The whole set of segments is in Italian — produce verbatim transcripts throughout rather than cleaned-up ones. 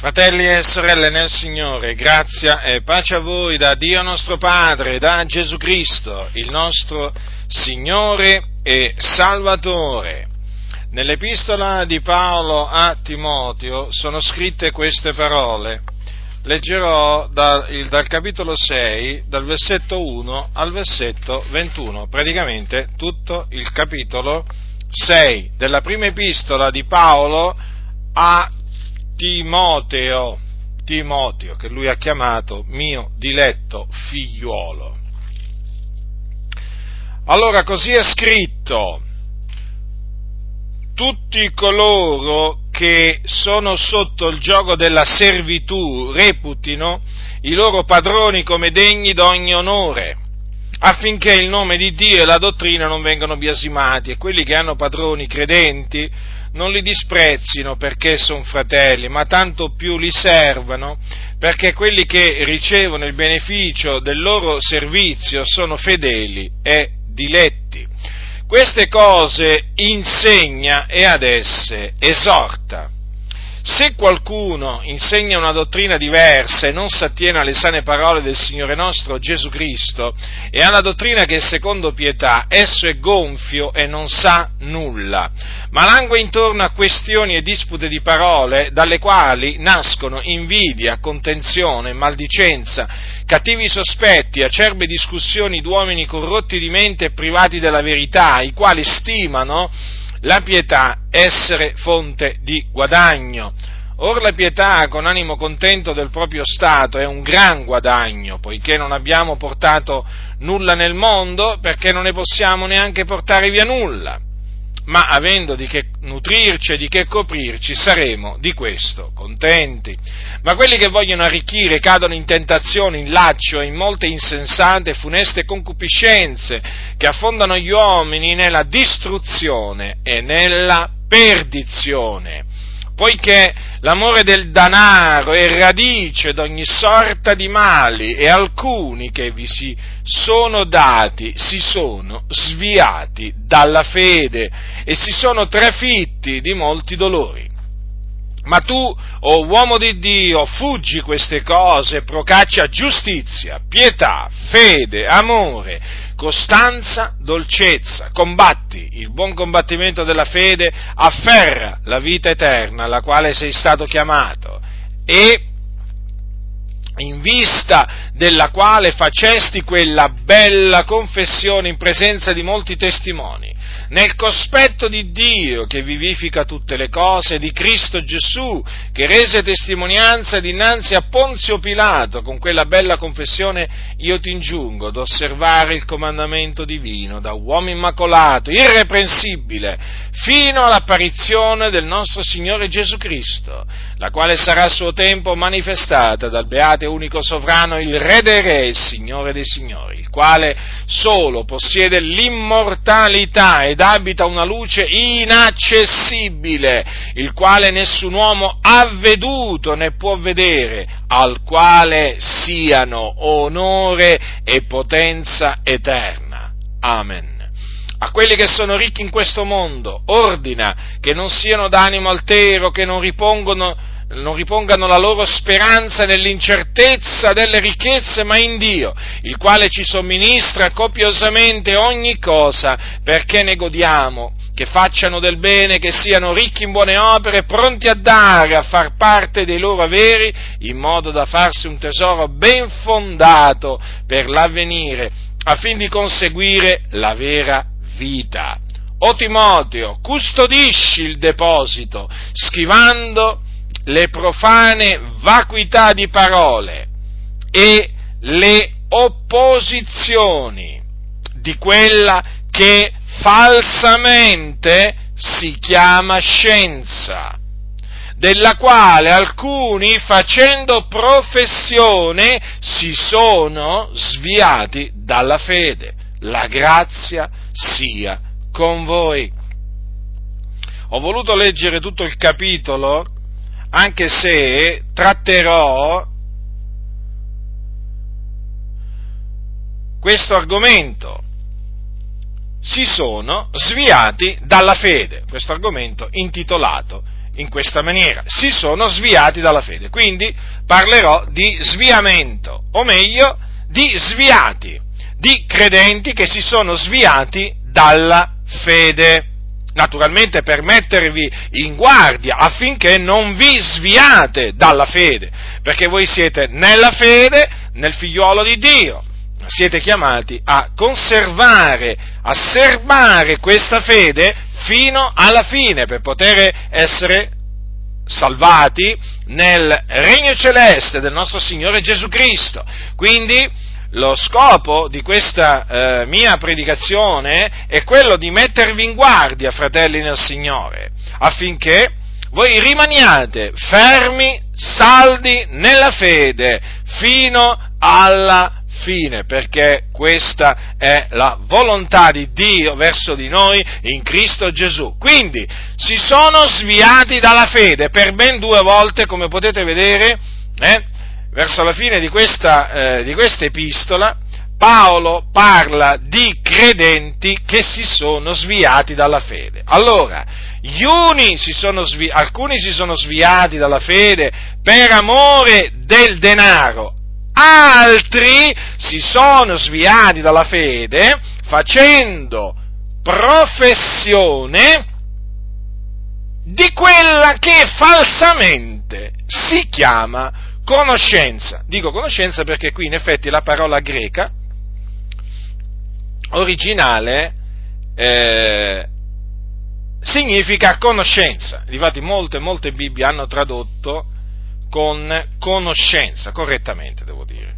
Fratelli e sorelle nel Signore, grazia e pace a voi da Dio nostro Padre, da Gesù Cristo, il nostro Signore e Salvatore. Nell'epistola di Paolo a Timoteo sono scritte queste parole. Leggerò dal, il, dal capitolo sei, dal versetto uno al versetto ventuno, praticamente tutto il capitolo sei della prima epistola di Paolo a Timoteo, Timoteo, che lui ha chiamato mio diletto figliuolo. Allora, così è scritto: tutti coloro che sono sotto il giogo della servitù reputino i loro padroni come degni d'ogni onore, affinché il nome di Dio e la dottrina non vengano biasimati, e quelli che hanno padroni credenti non li disprezzino perché sono fratelli, ma tanto più li servano, perché quelli che ricevono il beneficio del loro servizio sono fedeli e diletti. Queste cose insegna e ad esse esorta. Se qualcuno insegna una dottrina diversa e non s'attiene alle sane parole del Signore nostro Gesù Cristo e alla dottrina che è secondo pietà, esso è gonfio e non sa nulla, ma langue intorno a questioni e dispute di parole, dalle quali nascono invidia, contenzione, maldicenza, cattivi sospetti, acerbe discussioni d'uomini corrotti di mente e privati della verità, i quali stimano la pietà essere fonte di guadagno. Or la pietà con animo contento del proprio stato è un gran guadagno, poiché non abbiamo portato nulla nel mondo, perché non ne possiamo neanche portare via nulla, ma avendo di che nutrirci e di che coprirci saremo di questo contenti. Ma quelli che vogliono arricchire cadono in tentazioni, in laccio e in molte insensate e funeste concupiscenze che affondano gli uomini nella distruzione e nella perdizione. Poiché l'amore del danaro è radice d'ogni sorta di mali, e alcuni che vi si sono dati si sono sviati dalla fede e si sono trafitti di molti dolori. Ma tu, o oh uomo di Dio, fuggi queste cose, procaccia giustizia, pietà, fede, amore, costanza, dolcezza, combatti il buon combattimento della fede, afferra la vita eterna alla quale sei stato chiamato e in vista della quale facesti quella bella confessione in presenza di molti testimoni, nel cospetto di Dio che vivifica tutte le cose, di Cristo Gesù che rese testimonianza dinanzi a Ponzio Pilato. Con quella bella confessione io ti ingiungo ad osservare il comandamento divino da uomo immacolato, irreprensibile, fino all'apparizione del nostro Signore Gesù Cristo, la quale sarà a suo tempo manifestata dal beato e unico sovrano, il Re dei Re, il Signore dei Signori, il quale solo possiede l'immortalità ed abita una luce inaccessibile, il quale nessun uomo ha veduto né può vedere, al quale siano onore e potenza eterna. Amen. A quelli che sono ricchi in questo mondo ordina che non siano d'animo altero, che non ripongono, non ripongano la loro speranza nell'incertezza delle ricchezze, ma in Dio, il quale ci somministra copiosamente ogni cosa, perché ne godiamo, che facciano del bene, che siano ricchi in buone opere, pronti a dare, a far parte dei loro averi, in modo da farsi un tesoro ben fondato per l'avvenire, affin di conseguire la vera vita. O Timoteo, custodisci il deposito, schivando le profane vacuità di parole e le opposizioni di quella che falsamente si chiama scienza, della quale alcuni, facendo professione, si sono sviati dalla fede. La grazia sia con voi. Ho voluto leggere tutto il capitolo, anche se tratterò questo argomento. Si sono sviati dalla fede, questo argomento intitolato in questa maniera, si sono sviati dalla fede. Quindi parlerò di sviamento, o meglio, di sviati, di credenti che si sono sviati dalla fede. Naturalmente per mettervi in guardia affinché non vi sviate dalla fede, perché voi siete nella fede, nel figliuolo di Dio, siete chiamati a conservare, a serbare questa fede fino alla fine per poter essere salvati nel regno celeste del nostro Signore Gesù Cristo. Quindi lo scopo di questa eh, mia predicazione è quello di mettervi in guardia, fratelli nel Signore, affinché voi rimaniate fermi, saldi nella fede fino alla fine, perché questa è la volontà di Dio verso di noi in Cristo Gesù. Quindi si sono sviati dalla fede per ben due volte, come potete vedere, eh? Verso la fine di questa, eh, di questa epistola, Paolo parla di credenti che si sono sviati dalla fede. Allora, gli uni si sono svi- alcuni si sono sviati dalla fede per amore del denaro, altri si sono sviati dalla fede facendo professione di quella che falsamente si chiama conoscenza. Dico conoscenza perché qui in effetti la parola greca originale eh, significa conoscenza. Difatti molte, molte Bibbie hanno tradotto con conoscenza, correttamente devo dire.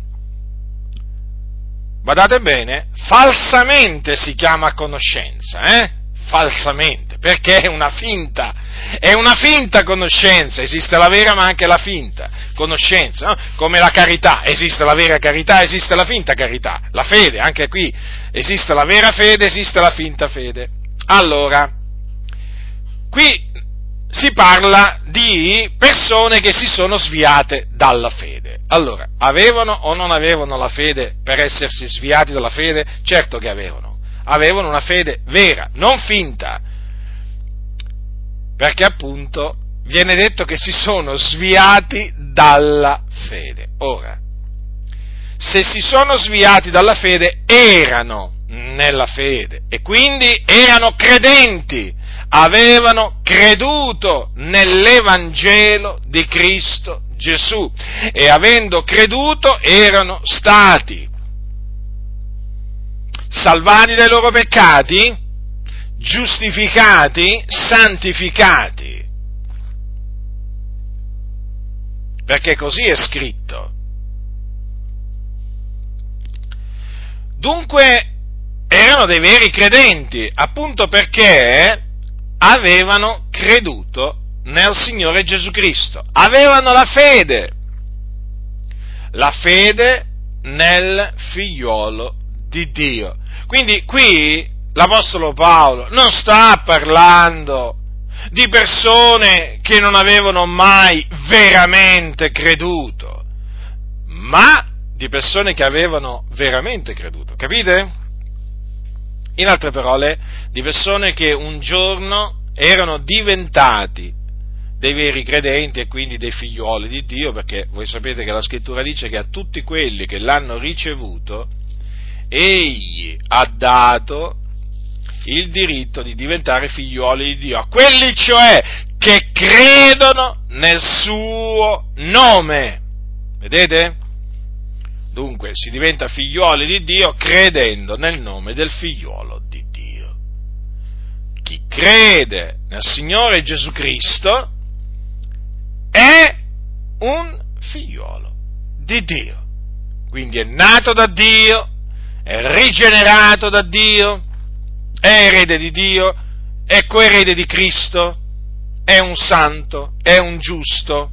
Badate bene, falsamente si chiama conoscenza, eh? Falsamente, perché è una finta, è una finta conoscenza, esiste la vera ma anche la finta conoscenza, no? Come la carità, esiste la vera carità, esiste la finta carità, la fede, anche qui esiste la vera fede, esiste la finta fede. Allora, qui si parla di persone che si sono sviate dalla fede. Allora, avevano o non avevano la fede per essersi sviati dalla fede? Certo che avevano, avevano una fede vera, non finta, perché appunto viene detto che si sono sviati dalla fede. Ora, se si sono sviati dalla fede, erano nella fede e quindi erano credenti, avevano creduto nell'Evangelo di Cristo Gesù e avendo creduto erano stati salvati dai loro peccati, giustificati, santificati, perché così è scritto. Dunque erano dei veri credenti, appunto perché avevano creduto nel Signore Gesù Cristo, avevano la fede, la fede nel figliuolo di Dio. Quindi qui l'Apostolo Paolo non sta parlando di persone che non avevano mai veramente creduto, ma di persone che avevano veramente creduto, capite? In altre parole, di persone che un giorno erano diventati dei veri credenti e quindi dei figliuoli di Dio, perché voi sapete che la Scrittura dice che a tutti quelli che l'hanno ricevuto, Egli ha dato il diritto di diventare figliuoli di Dio, a quelli cioè che credono nel suo nome. Vedete? Dunque si diventa figliuoli di Dio credendo nel nome del figliuolo di Dio. Chi crede nel Signore Gesù Cristo è un figliuolo di Dio. Quindi è nato da Dio, è rigenerato da Dio, è erede di Dio, è coerede di Cristo, è un santo, è un giusto.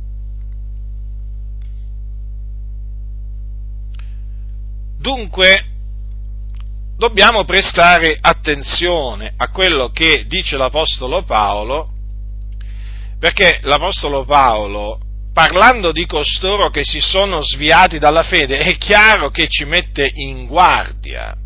Dunque, dobbiamo prestare attenzione a quello che dice l'Apostolo Paolo, perché l'Apostolo Paolo, parlando di costoro che si sono sviati dalla fede, è chiaro che ci mette in guardia,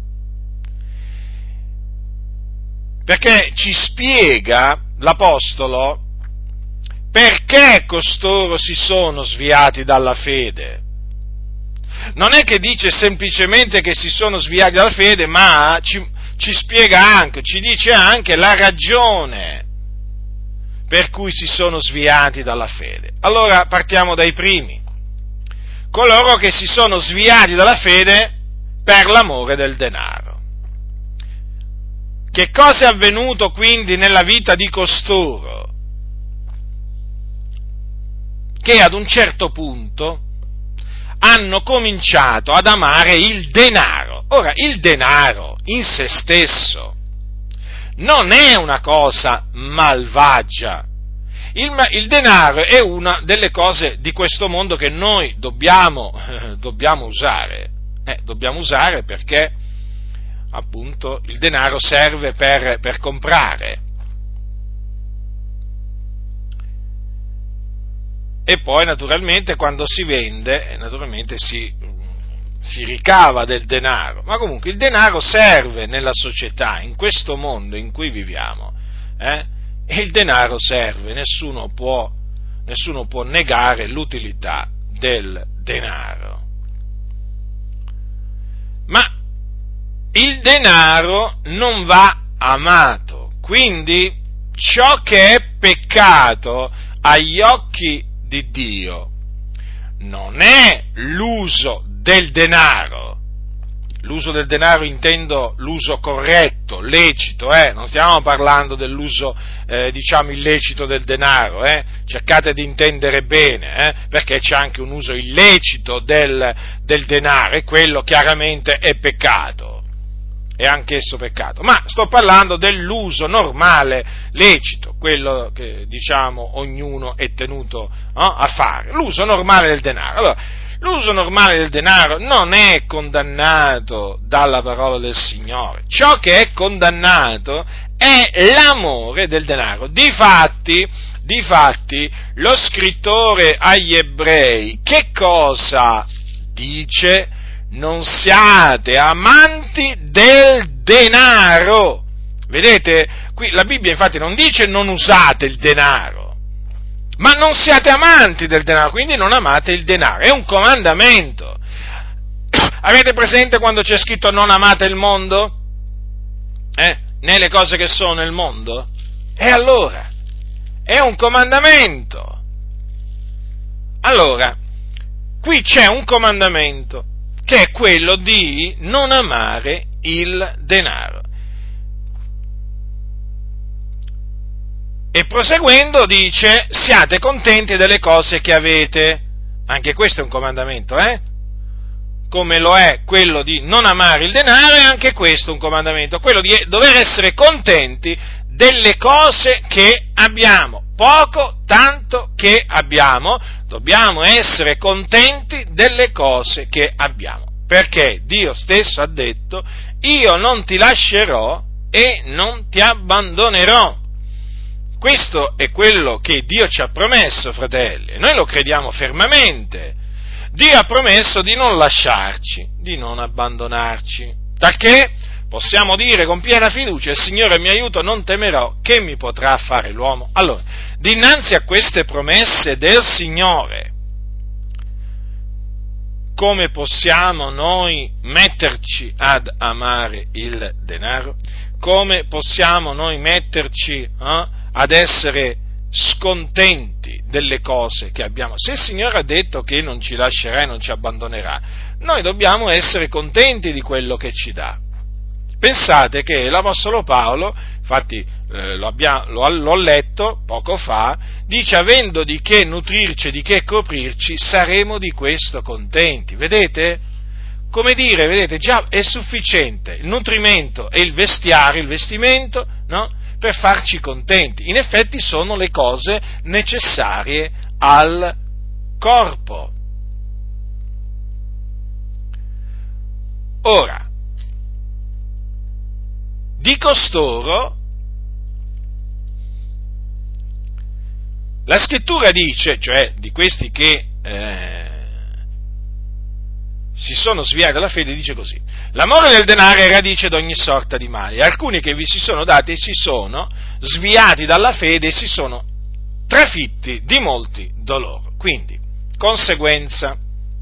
perché ci spiega l'Apostolo perché costoro si sono sviati dalla fede. Non è che dice semplicemente che si sono sviati dalla fede, ma ci, ci spiega anche, ci dice anche la ragione per cui si sono sviati dalla fede. Allora partiamo dai primi, coloro che si sono sviati dalla fede per l'amore del denaro. Che cosa è avvenuto quindi nella vita di costoro? Che ad un certo punto hanno cominciato ad amare il denaro. Ora, il denaro in se stesso non è una cosa malvagia. Il, il denaro è una delle cose di questo mondo che noi dobbiamo, eh, dobbiamo usare. Eh, dobbiamo usare perché, appunto, il denaro serve per, per comprare. E poi, naturalmente, quando si vende, naturalmente si, si ricava del denaro. Ma comunque il denaro serve nella società, in questo mondo in cui viviamo. Eh? E il denaro serve, nessuno può, nessuno può negare l'utilità del denaro. Ma il denaro non va amato, quindi ciò che è peccato agli occhi di Dio non è l'uso del denaro. L'uso del denaro intendo l'uso corretto, lecito, eh? Non stiamo parlando dell'uso, eh, diciamo, illecito del denaro, eh? Cercate di intendere bene, eh? Perché c'è anche un uso illecito del, del denaro e quello chiaramente è peccato, è anch'esso peccato, ma sto parlando dell'uso normale, lecito, quello che, diciamo, ognuno è tenuto, no, a fare, l'uso normale del denaro. Allora, l'uso normale del denaro non è condannato dalla parola del Signore. Ciò che è condannato è l'amore del denaro. Difatti, difatti, lo scrittore agli Ebrei che cosa dice? Non siate amanti del denaro. Vedete? Qui la Bibbia infatti non dice non usate il denaro, ma non siate amanti del denaro, quindi non amate il denaro, è un comandamento. Avete presente quando c'è scritto non amate il mondo? Eh? Né le cose che sono nel mondo? E allora, è un comandamento. Allora, qui c'è un comandamento, che è quello di non amare il denaro. E proseguendo dice, siate contenti delle cose che avete. Anche questo è un comandamento, eh? Come lo è quello di non amare il denaro, è anche questo un comandamento, quello di dover essere contenti delle cose che abbiamo. Poco, tanto che abbiamo, dobbiamo essere contenti delle cose che abbiamo. Perché Dio stesso ha detto, io non ti lascerò e non ti abbandonerò. Questo è quello che Dio ci ha promesso, fratelli, e noi lo crediamo fermamente. Dio ha promesso di non lasciarci, di non abbandonarci, talché possiamo dire con piena fiducia, il Signore mi aiuta, non temerò, che mi potrà fare l'uomo? Allora, dinanzi a queste promesse del Signore, come possiamo noi metterci ad amare il denaro? Come possiamo noi metterci eh, ad essere scontenti delle cose che abbiamo? Se il Signore ha detto che non ci lascerà e non ci abbandonerà, noi dobbiamo essere contenti di quello che ci dà. Pensate che l'Apostolo Paolo, infatti eh, lo, abbiamo, lo, l'ho letto poco fa, dice avendo di che nutrirci e di che coprirci saremo di questo contenti. Vedete? Come dire, vedete, già è sufficiente il nutrimento e il vestiario, il vestimento, no? Per farci contenti. In effetti sono le cose necessarie al corpo. Ora, di costoro la Scrittura dice, cioè di questi che eh, si sono sviati dalla fede, dice così: l'amore del denaro è radice di ogni sorta di male. Alcuni che vi si sono dati si sono sviati dalla fede e si sono trafitti di molti dolori. Quindi, conseguenza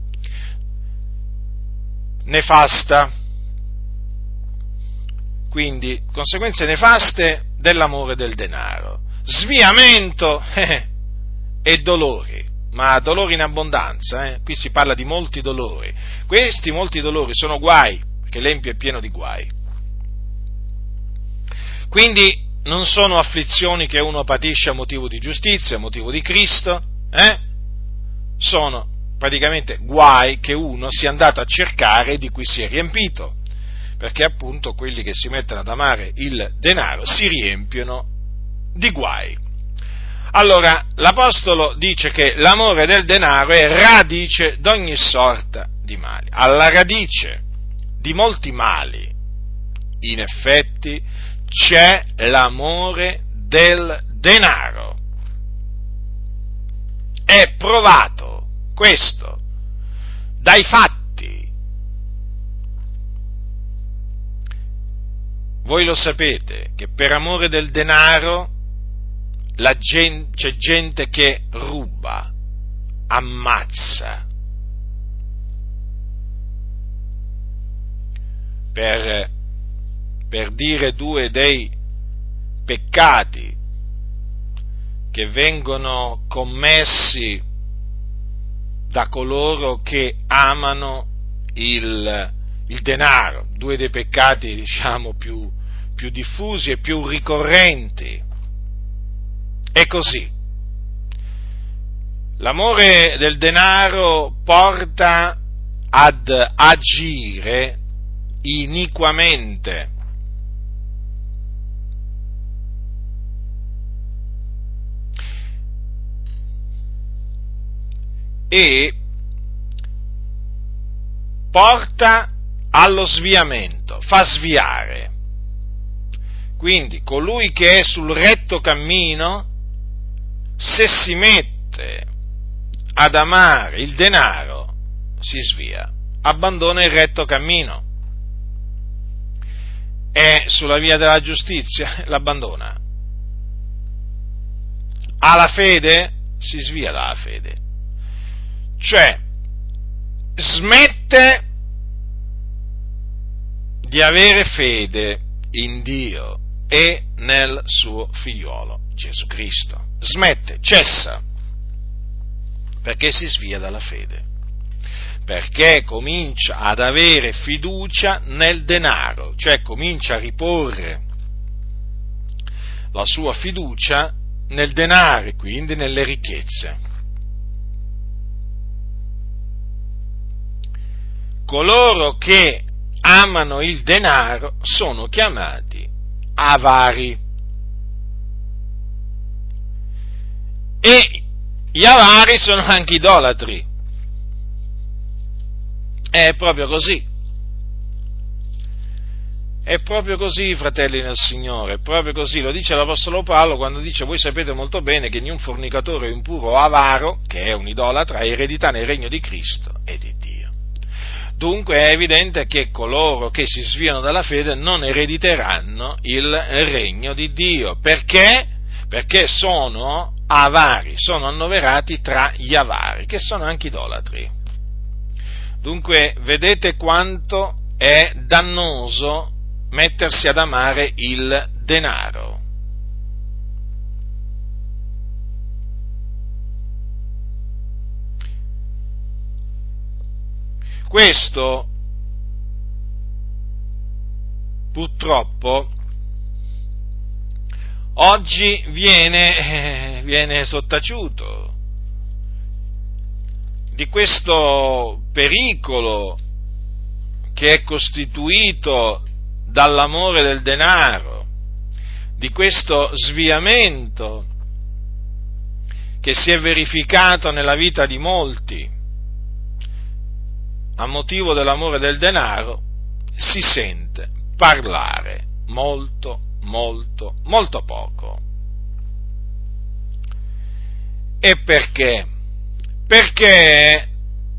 nefasta, quindi conseguenze nefaste dell'amore del denaro, sviamento eh, e dolori, ma dolori in abbondanza, eh? Qui si parla di molti dolori. Questi molti dolori sono guai, perché l'empio è pieno di guai. Quindi non sono afflizioni che uno patisce a motivo di giustizia, a motivo di Cristo, eh? Sono praticamente guai che uno sia andato a cercare e di cui si è riempito, perché appunto quelli che si mettono ad amare il denaro si riempiono di guai. Allora, l'Apostolo dice che l'amore del denaro è radice d'ogni sorta di mali. Alla radice di molti mali, in effetti, c'è l'amore del denaro. È provato questo dai fatti. Voi lo sapete che per amore del denaro la gente, c'è gente che ruba, ammazza, per, per dire due dei peccati che vengono commessi da coloro che amano il, il denaro, due dei peccati, diciamo, più, più diffusi e più ricorrenti. È così. L'amore del denaro porta ad agire iniquamente. E porta allo sviamento, fa sviare. Quindi colui che è sul retto cammino, se si mette ad amare il denaro, si svia, abbandona il retto cammino. È sulla via della giustizia, l'abbandona. Ha la fede, si svia dalla fede. Cioè, smette di avere fede in Dio e nel suo figliuolo Gesù Cristo. Smette, cessa, perché si svia dalla fede, perché comincia ad avere fiducia nel denaro, cioè comincia a riporre la sua fiducia nel denaro e quindi nelle ricchezze. Coloro che amano il denaro sono chiamati avari. E gli avari sono anche idolatri. È proprio così. È proprio così, fratelli nel Signore, è proprio così. Lo dice l'Apostolo Paolo quando dice: voi sapete molto bene che niun fornicatore, impuro o avaro, che è un idolatra, ha eredità nel regno di Cristo e di Dio. Dunque è evidente che coloro che si sviano dalla fede non erediteranno il regno di Dio. Perché? Perché sono avari, sono annoverati tra gli avari, che sono anche idolatri. Dunque vedete quanto è dannoso mettersi ad amare il denaro. Questo purtroppo oggi viene, eh, viene sottaciuto di questo pericolo che è costituito dall'amore del denaro, di questo sviamento che si è verificato nella vita di molti a motivo dell'amore del denaro, si sente parlare molto, molto, molto poco. E perché? Perché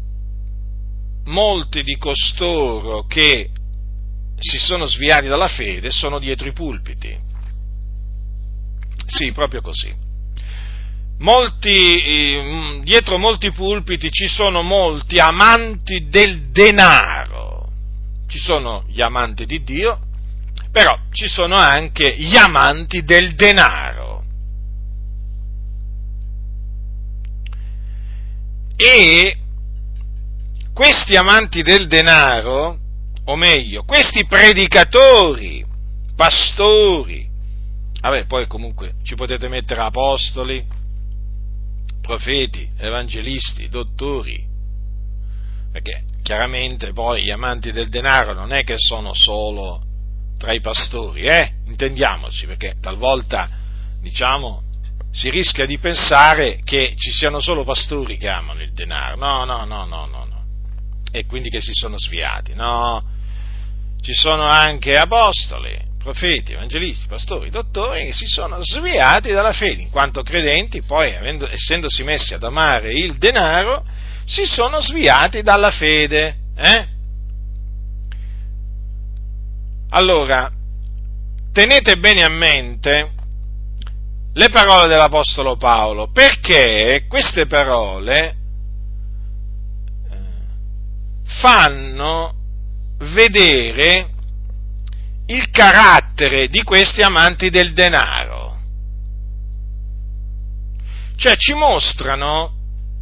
molti di costoro che si sono sviati dalla fede sono dietro i pulpiti. Sì, proprio così. molti, dietro molti pulpiti ci sono molti amanti del denaro. Ci sono gli amanti di Dio, però ci sono anche gli amanti del denaro. E questi amanti del denaro, o meglio, questi predicatori, pastori, vabbè, poi comunque ci potete mettere apostoli, profeti, evangelisti, dottori, perché chiaramente poi gli amanti del denaro non è che sono solo tra i pastori, eh? Intendiamoci, perché talvolta, diciamo, si rischia di pensare che ci siano solo pastori che amano il denaro. No, no, no, no, no, no. E quindi che si sono sviati. No, ci sono anche apostoli, profeti, evangelisti, pastori, dottori che si sono sviati dalla fede, in quanto credenti, poi avendo, essendosi messi ad amare il denaro, si sono sviati dalla fede. Eh? Allora, tenete bene a mente le parole dell'Apostolo Paolo, perché queste parole fanno vedere il carattere di questi amanti del denaro. Cioè ci mostrano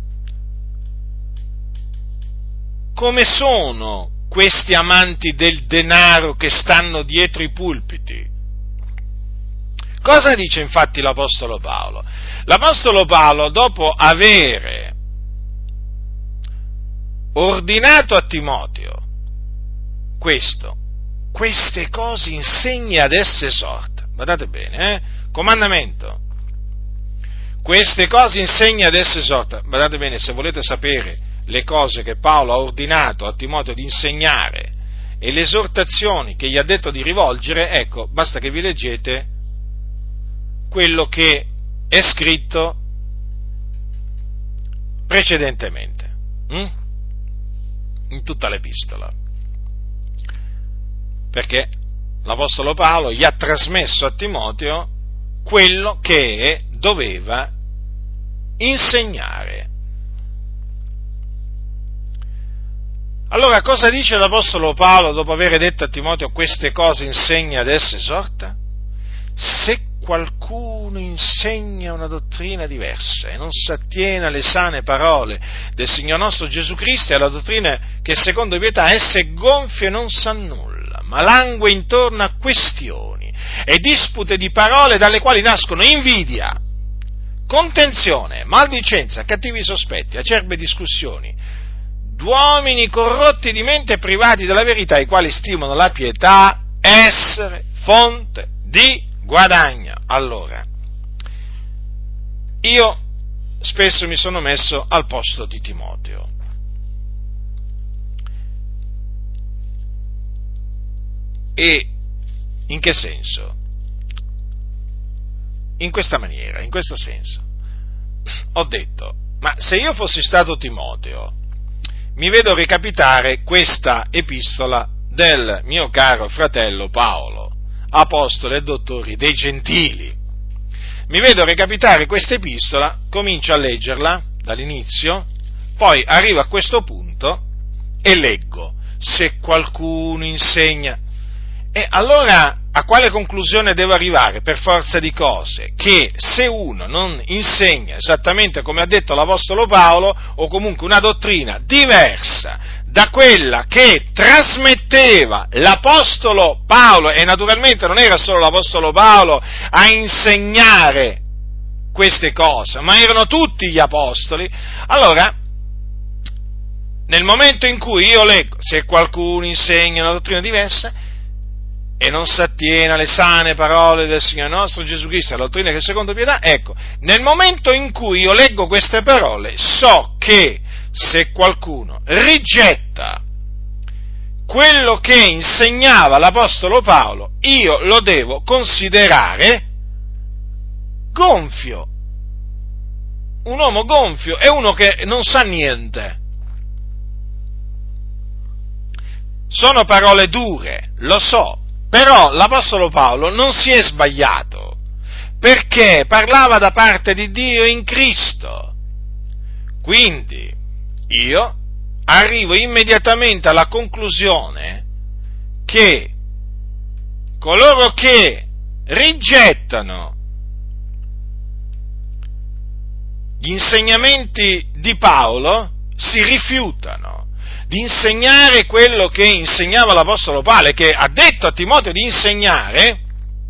come sono questi amanti del denaro che stanno dietro i pulpiti. Cosa dice infatti l'Apostolo Paolo? L'Apostolo Paolo, dopo avere ordinato a Timoteo questo, queste cose insegna ad esse esorta, guardate bene, eh? Comandamento, queste cose insegna ad esse esorta, guardate bene, se volete sapere le cose che Paolo ha ordinato a Timoteo di insegnare e le esortazioni che gli ha detto di rivolgere, ecco, basta che vi leggete quello che è scritto precedentemente, hm? in tutta l'epistola, perché l'Apostolo Paolo gli ha trasmesso a Timoteo quello che doveva insegnare. Allora, cosa dice l'Apostolo Paolo dopo aver detto a Timoteo queste cose insegna ad esse esorta? Se qualcuno insegna una dottrina diversa e non si attiene alle sane parole del Signor nostro Gesù Cristo e alla dottrina che secondo pietà esse gonfie non sa nulla, ma langue intorno a questioni e dispute di parole dalle quali nascono invidia, contenzione, maldicenza, cattivi sospetti, acerbe discussioni, d'uomini corrotti di mente e privati della verità, i quali stimano la pietà essere fonte di guadagno. Allora, io spesso mi sono messo al posto di Timoteo e in che senso? In questa maniera, in questo senso. Ho detto, ma se io fossi stato Timoteo, mi vedo recapitare questa epistola del mio caro fratello Paolo, apostolo e dottore dei gentili. Mi vedo recapitare questa epistola, comincio a leggerla dall'inizio, poi arrivo a questo punto e leggo, se qualcuno insegna. E allora a quale conclusione devo arrivare? Per forza di cose, che se uno non insegna esattamente come ha detto l'Apostolo Paolo, o comunque una dottrina diversa da quella che trasmetteva l'Apostolo Paolo, e naturalmente non era solo l'Apostolo Paolo a insegnare queste cose, ma erano tutti gli Apostoli, allora, nel momento in cui io leggo, se qualcuno insegna una dottrina diversa, e non si attiene alle sane parole del Signore nostro Gesù Cristo, alla dottrina che secondo pietà, ecco, nel momento in cui io leggo queste parole, so che se qualcuno rigetta quello che insegnava l'Apostolo Paolo, io lo devo considerare gonfio. Un uomo gonfio è uno che non sa niente. Sono parole dure, lo so, però l'Apostolo Paolo non si è sbagliato, perché parlava da parte di Dio in Cristo. Quindi io arrivo immediatamente alla conclusione che coloro che rigettano gli insegnamenti di Paolo si rifiutano di insegnare quello che insegnava l'Apostolo Paolo e che ha detto a Timoteo di insegnare,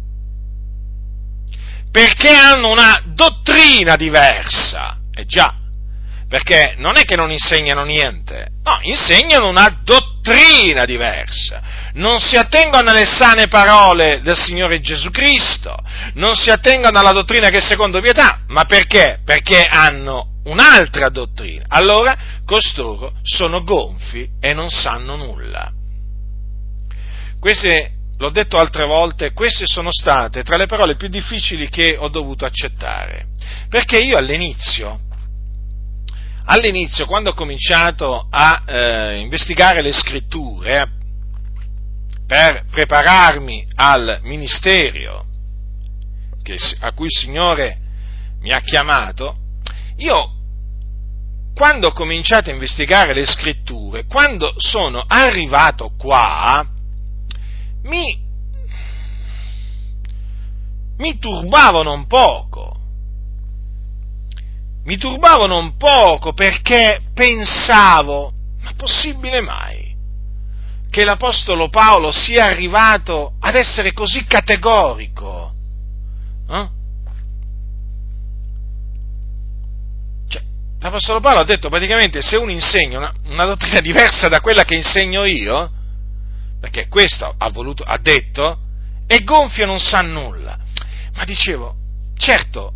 perché hanno una dottrina diversa. Eh già, perché non è che non insegnano niente, no, insegnano una dottrina diversa, non si attengono alle sane parole del Signore Gesù Cristo, non si attengono alla dottrina che è secondo pietà, ma perché? Perché hanno un'altra dottrina. Allora costoro sono gonfi e non sanno nulla. Queste, l'ho detto altre volte, queste sono state tra le parole più difficili che ho dovuto accettare, perché io all'inizio All'inizio, quando ho cominciato a eh, investigare le scritture eh, per prepararmi al ministero che, a cui il Signore mi ha chiamato, io, quando ho cominciato a investigare le scritture, quando sono arrivato qua, mi, mi turbavano un poco. Mi turbavano un poco perché pensavo, ma possibile mai che l'Apostolo Paolo sia arrivato ad essere così categorico? Eh? Cioè, l'Apostolo Paolo ha detto praticamente, se uno insegna una, una dottrina diversa da quella che insegno io, perché questo ha, voluto, ha detto, è gonfio e non sa nulla. Ma dicevo, certo,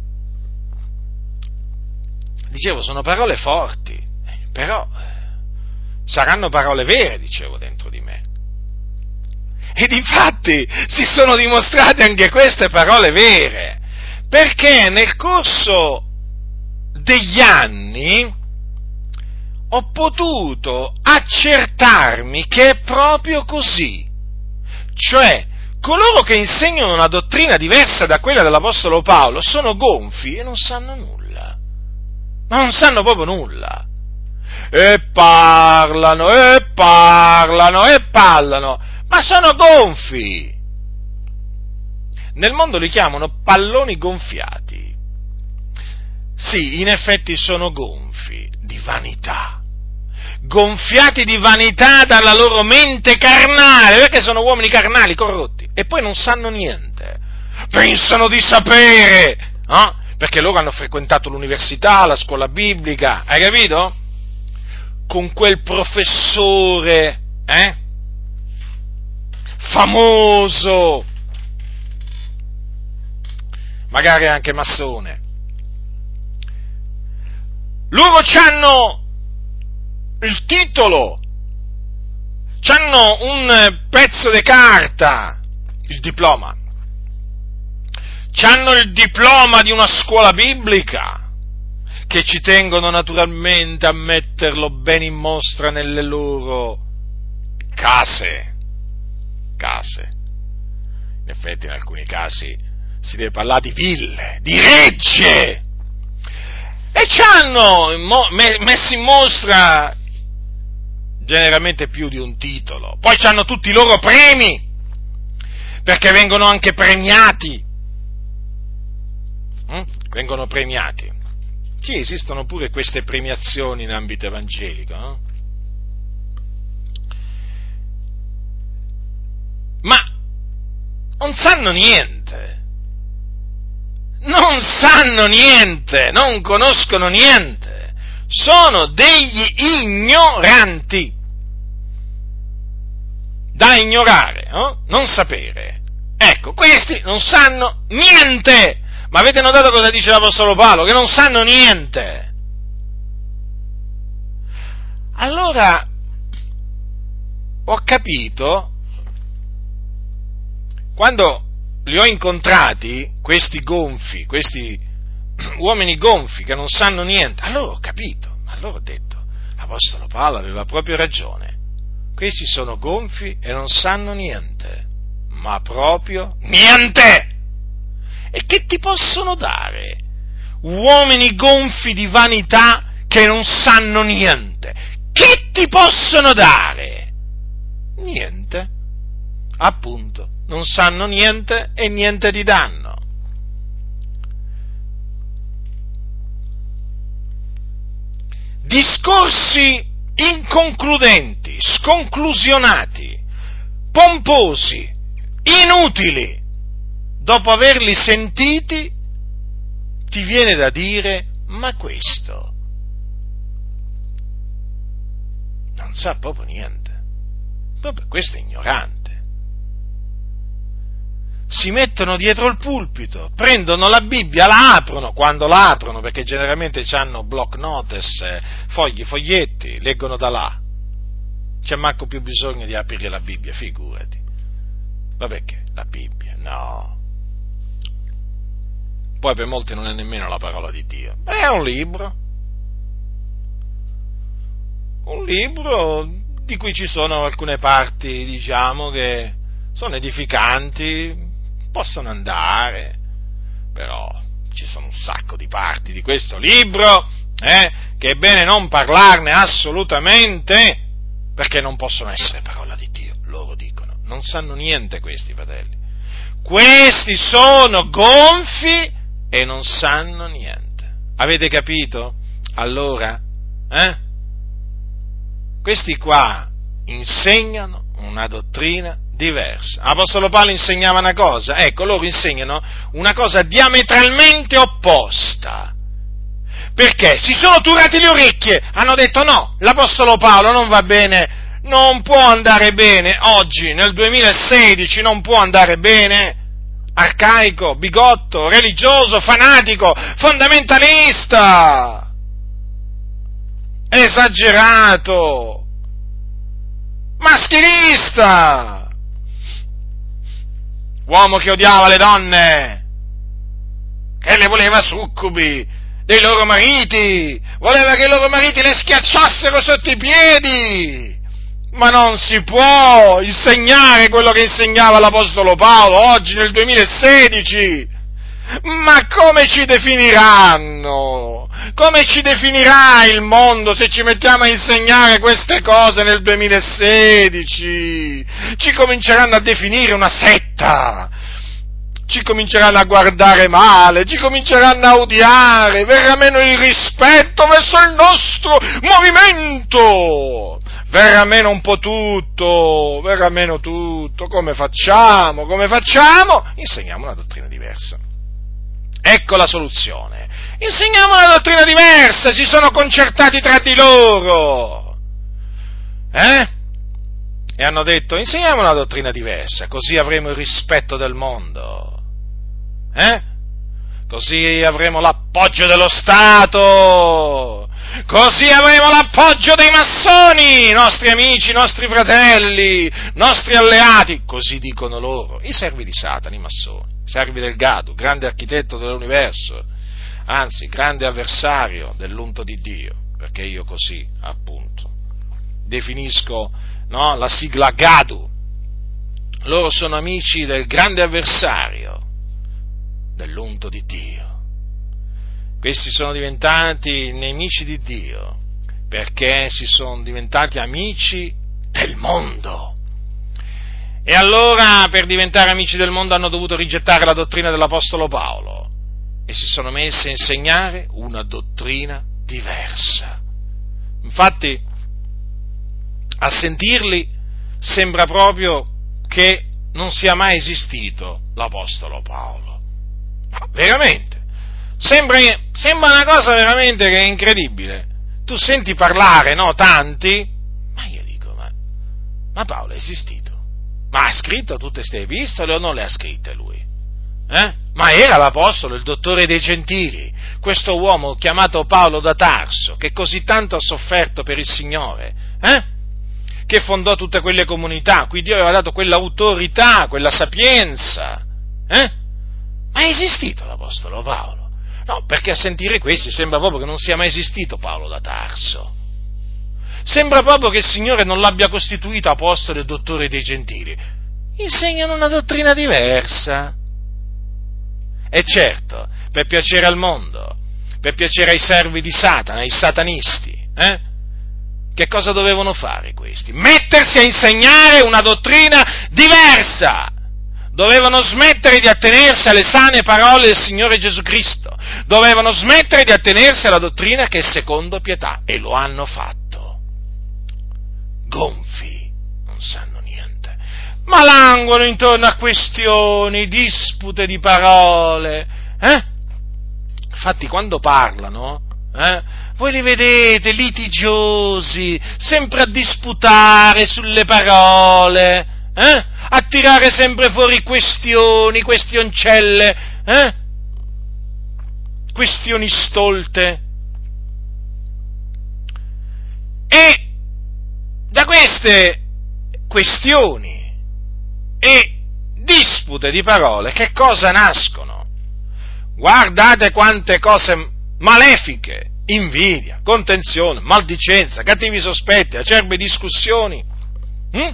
Dicevo, sono parole forti, però saranno parole vere, dicevo, dentro di me. Ed infatti si sono dimostrate anche queste parole vere, perché nel corso degli anni ho potuto accertarmi che è proprio così. Cioè, coloro che insegnano una dottrina diversa da quella dell'Apostolo Paolo sono gonfi e non sanno nulla. Ma non sanno proprio nulla. E parlano, e parlano, e parlano, ma sono gonfi. Nel mondo li chiamano palloni gonfiati. Sì, in effetti sono gonfi di vanità. Gonfiati di vanità dalla loro mente carnale, perché sono uomini carnali, corrotti, e poi non sanno niente. Pensano di sapere, eh? Perché loro hanno frequentato l'università, la scuola biblica, hai capito? Con quel professore, eh? Famoso, magari anche massone. Loro c'hanno il titolo, c'hanno un pezzo di carta, il diploma. C'hanno il diploma di una scuola biblica, che ci tengono naturalmente a metterlo ben in mostra nelle loro case. Case. In effetti in alcuni casi si deve parlare di ville, di regge! E c'hanno messo in mostra generalmente più di un titolo. Poi c'hanno tutti i loro premi, perché vengono anche premiati. Vengono premiati. Sì, esistono pure queste premiazioni in ambito evangelico, no? Ma non sanno niente, non sanno niente, non conoscono niente, sono degli ignoranti, da ignorare, no? Non sapere. Ecco, questi non sanno niente. Ma avete notato cosa dice l'Apostolo Paolo? Che non sanno niente. Allora, ho capito, quando li ho incontrati, questi gonfi, questi uomini gonfi che non sanno niente, allora ho capito, allora ho detto, l'Apostolo Paolo aveva proprio ragione. Questi sono gonfi e non sanno niente, ma proprio niente. E che ti possono dare? Uomini gonfi di vanità che non sanno niente. Che ti possono dare? Niente. Appunto, non sanno niente e niente ti danno. Discorsi inconcludenti, sconclusionati, pomposi, inutili. Dopo averli sentiti, ti viene da dire, ma questo non sa proprio niente, proprio questo è ignorante. Si mettono dietro il pulpito, prendono la Bibbia, la aprono, quando la aprono, perché generalmente hanno block notice, fogli, foglietti, leggono da là. C'è manco più bisogno di aprire la Bibbia, figurati. Ma perché? La Bibbia? No. Poi per molti non è nemmeno la parola di Dio. È un libro. Un libro di cui ci sono alcune parti, diciamo, che sono edificanti, possono andare, però ci sono un sacco di parti di questo libro, eh, che è bene non parlarne assolutamente, perché non possono essere parola di Dio, loro dicono. Non sanno niente questi fratelli. Questi sono gonfi e non sanno niente. Avete capito? Allora, eh? Questi qua insegnano una dottrina diversa. L'Apostolo Paolo insegnava una cosa, ecco, loro insegnano una cosa diametralmente opposta. Perché? Si sono turati le orecchie, hanno detto no, l'Apostolo Paolo non va bene, non può andare bene, oggi, nel duemilasedici, non può andare bene, arcaico, bigotto, religioso, fanatico, fondamentalista, esagerato, maschilista, uomo che odiava le donne, che le voleva succubi dei loro mariti, voleva che i loro mariti le schiacciassero sotto i piedi. Ma non si può insegnare quello che insegnava l'Apostolo Paolo oggi nel duemilasedici. Ma come ci definiranno? Come ci definirà il mondo se ci mettiamo a insegnare queste cose nel duemilasedici? Ci cominceranno a definire una setta, ci cominceranno a guardare male, ci cominceranno a odiare, verrà meno il rispetto verso il nostro movimento, verrà meno un po' tutto, verrà meno tutto. Come facciamo? Come facciamo? Insegniamo una dottrina diversa. Ecco la soluzione. Insegniamo una dottrina diversa, si sono concertati tra di loro. Eh? E hanno detto, insegniamo una dottrina diversa, così avremo il rispetto del mondo. Eh? Così avremo l'appoggio dello Stato. Così avremo l'appoggio dei massoni, nostri amici, nostri fratelli, nostri alleati. Così dicono loro, i servi di Satana, i massoni. Servi del Gadu, grande architetto dell'universo, anzi, grande avversario dell'unto di Dio, perché io così, appunto, definisco, no, la sigla Gadu. Loro sono amici del grande avversario dell'unto di Dio. Questi sono diventati nemici di Dio, perché si sono diventati amici del mondo. E allora, per diventare amici del mondo, hanno dovuto rigettare la dottrina dell'Apostolo Paolo e si sono messi a insegnare una dottrina diversa. Infatti, a sentirli sembra proprio che non sia mai esistito l'Apostolo Paolo. Ma veramente, sembra, sembra una cosa veramente che è incredibile. Tu senti parlare, no, tanti, ma io dico, ma, ma Paolo è esistito? Ma ha scritto tutte queste epistole o non le ha scritte lui? Eh? Ma era l'apostolo, il dottore dei gentili, questo uomo chiamato Paolo da Tarso, che così tanto ha sofferto per il Signore, eh? Che fondò tutte quelle comunità, a cui Dio aveva dato quell'autorità, quella sapienza, eh? Ma è esistito l'apostolo Paolo? No, perché a sentire questi sembra proprio che non sia mai esistito Paolo da Tarso. Sembra proprio che il Signore non l'abbia costituito apostolo e dottore dei gentili. Insegnano una dottrina diversa. E certo, per piacere al mondo, per piacere ai servi di Satana, ai satanisti, eh? Che cosa dovevano fare questi? Mettersi a insegnare una dottrina diversa! Dovevano smettere di attenersi alle sane parole del Signore Gesù Cristo, dovevano smettere di attenersi alla dottrina che è secondo pietà, e lo hanno fatto. Gonfi, non sanno niente, ma languono intorno a questioni, dispute di parole, eh? Infatti quando parlano, eh, voi li vedete litigiosi, sempre a disputare sulle parole, eh? A tirare sempre fuori questioni, questioncelle, eh? Questioni stolte. E da queste questioni e dispute di parole che cosa nascono? Guardate quante cose malefiche: invidia, contenzione, maldicenza, cattivi sospetti, acerbe discussioni. Hm?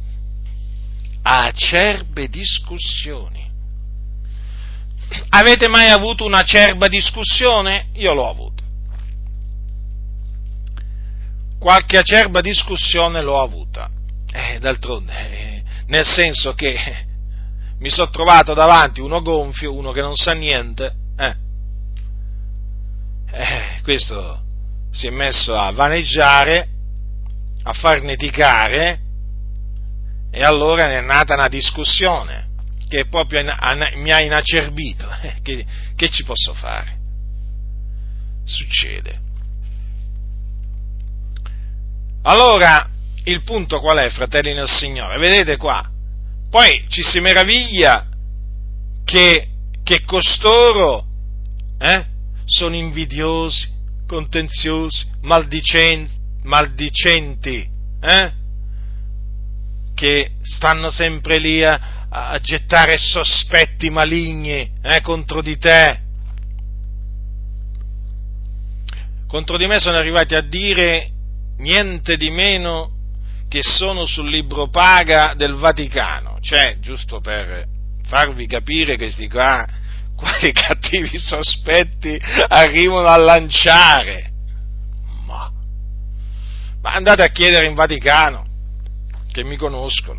Acerbe discussioni. Avete mai avuto un'acerba discussione? Io l'ho avuta. Qualche acerba discussione l'ho avuta. Eh, d'altronde, eh, nel senso che mi sono trovato davanti uno gonfio, uno che non sa niente, eh. Eh, questo si è messo a vaneggiare, a farneticare, e allora ne è nata una discussione che proprio mi ha inacerbito. Che, che ci posso fare? Succede. Allora, il punto qual è, fratelli nel Signore? Vedete qua, poi ci si meraviglia che, che costoro eh, sono invidiosi, contenziosi, maldicenti, maldicenti eh? Che stanno sempre lì a, a gettare sospetti maligni eh, contro di te. Contro di me sono arrivati a dire niente di meno che sono sul libro paga del Vaticano, cioè, giusto per farvi capire questi qua, quali cattivi sospetti arrivano a lanciare. Ma, ma andate a chiedere in Vaticano, che mi conoscono,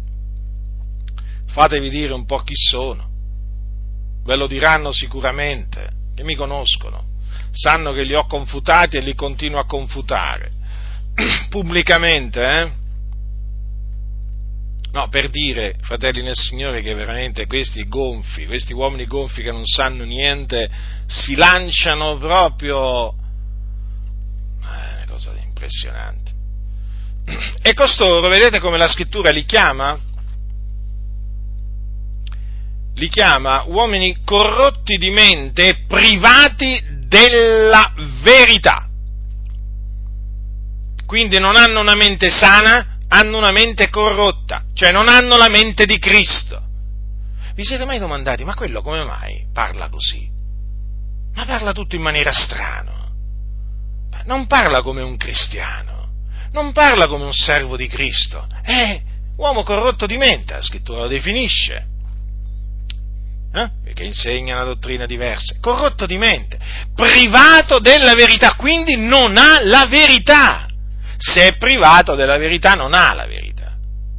fatevi dire un po' chi sono, ve lo diranno sicuramente, che mi conoscono, sanno che li ho confutati e li continuo a confutare, pubblicamente, eh? No, per dire, fratelli nel Signore, che veramente questi gonfi, questi uomini gonfi che non sanno niente, si lanciano proprio, è una cosa impressionante. E costoro, vedete come la Scrittura li chiama? Li chiama uomini corrotti di mente e privati della verità. Quindi non hanno una mente sana, hanno una mente corrotta, cioè non hanno la mente di Cristo. Vi siete mai domandati, ma quello come mai parla così? Ma parla tutto in maniera strana. Non parla come un cristiano. Non parla come un servo di Cristo, è uomo corrotto di mente, la Scrittura lo definisce, eh? Perché insegna una dottrina diversa, corrotto di mente, privato della verità, quindi non ha la verità. Se è privato della verità non ha la verità.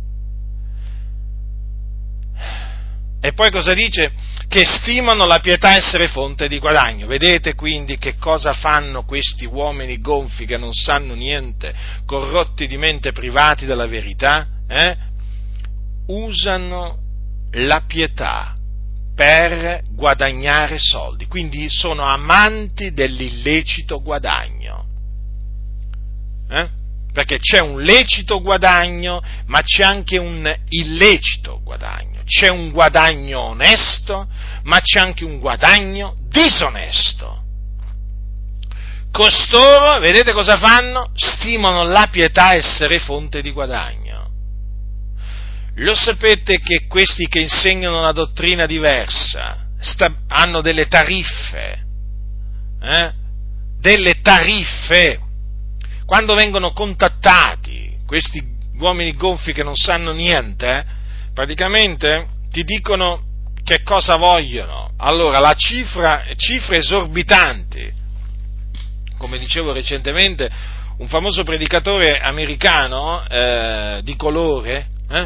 E poi cosa dice? Che stimano la pietà essere fonte di guadagno. Vedete quindi che cosa fanno questi uomini gonfi che non sanno niente, corrotti di mente, privati della verità? Eh? Usano la pietà per guadagnare soldi, quindi sono amanti dell'illecito guadagno. Eh? Perché c'è un lecito guadagno, ma c'è anche un illecito guadagno. C'è un guadagno onesto, ma c'è anche un guadagno disonesto. Costoro, vedete cosa fanno? Stimano la pietà essere fonte di guadagno. Lo sapete che questi che insegnano una dottrina diversa sta, hanno delle tariffe, eh? Delle tariffe. Quando vengono contattati questi uomini gonfi che non sanno niente, eh, praticamente ti dicono che cosa vogliono, allora la cifra, cifre esorbitanti. Come dicevo recentemente, un famoso predicatore americano eh, di colore, eh,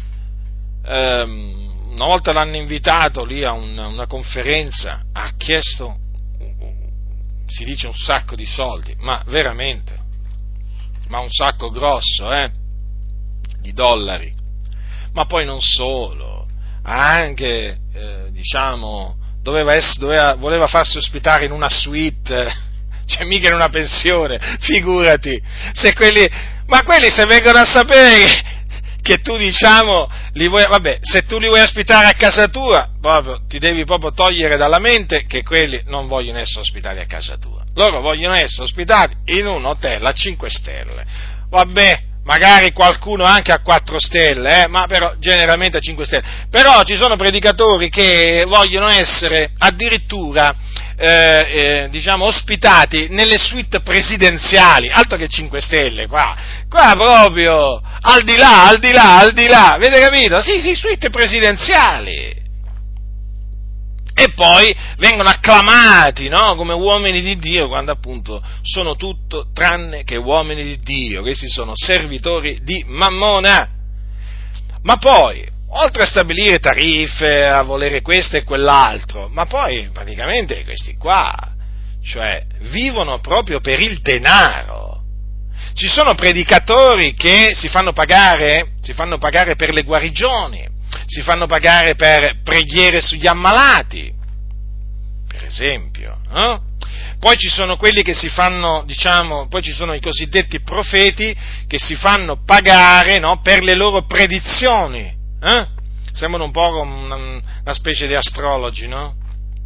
ehm, una volta l'hanno invitato lì a una, una conferenza, ha chiesto, si dice, un sacco di soldi, ma veramente, ma un sacco grosso, eh, di dollari. Ma poi non solo, anche, eh, diciamo, doveva essere, doveva, voleva farsi ospitare in una suite, cioè mica in una pensione, figurati, se quelli, ma quelli se vengono a sapere che, che tu, diciamo, li vuoi, vabbè, se tu li vuoi ospitare a casa tua, proprio, ti devi proprio togliere dalla mente che quelli non vogliono essere ospitati a casa tua, loro vogliono essere ospitati in un hotel a cinque stelle, vabbè, magari qualcuno anche a quattro stelle, eh, ma però generalmente a cinque stelle, però ci sono predicatori che vogliono essere addirittura Eh, eh, diciamo ospitati nelle suite presidenziali, altro che cinque stelle, qua, qua proprio al di là, al di là, al di là, avete capito? Sì, sì, suite presidenziali. E poi vengono acclamati, no, come uomini di Dio, quando appunto sono tutto tranne che uomini di Dio, questi sono servitori di Mammona. Ma poi, oltre a stabilire tariffe, a volere questo e quell'altro, ma poi praticamente questi qua, cioè, vivono proprio per il denaro. Ci sono predicatori che si fanno pagare, si fanno pagare per le guarigioni, si fanno pagare per preghiere sugli ammalati, per esempio, no? Poi ci sono quelli che si fanno, diciamo, poi ci sono i cosiddetti profeti che si fanno pagare, no, per le loro predizioni. Eh? Sembrano un po' come una, una specie di astrologi, no?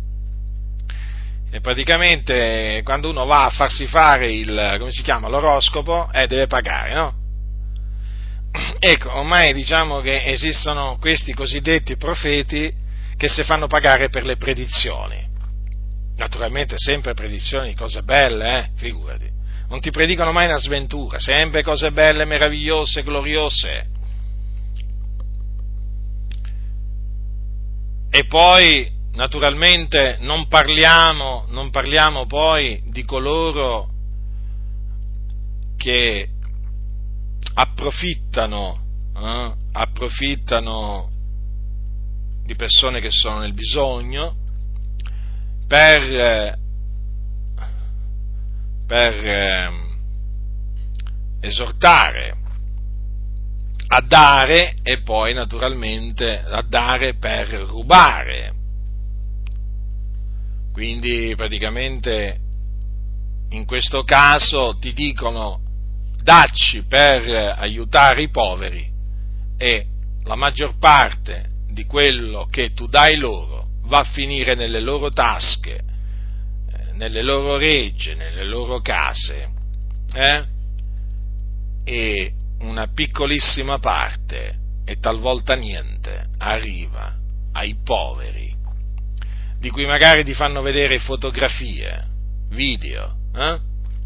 E praticamente quando uno va a farsi fare il, come si chiama, l'oroscopo, eh, deve pagare, no? Ecco, ormai diciamo che esistono questi cosiddetti profeti che si fanno pagare per le predizioni. Naturalmente sempre predizioni di cose belle, eh? Figurati. Non ti predicano mai una sventura, sempre cose belle, meravigliose, gloriose. E poi, naturalmente, non parliamo, non parliamo poi di coloro che approfittano, eh, approfittano di persone che sono nel bisogno per, per eh, esortare a dare e poi naturalmente a dare per rubare. Quindi praticamente in questo caso ti dicono dacci per aiutare i poveri e la maggior parte di quello che tu dai loro va a finire nelle loro tasche, nelle loro regge, nelle loro case, eh? E una piccolissima parte, e talvolta niente, arriva ai poveri, di cui magari ti fanno vedere fotografie, video, eh?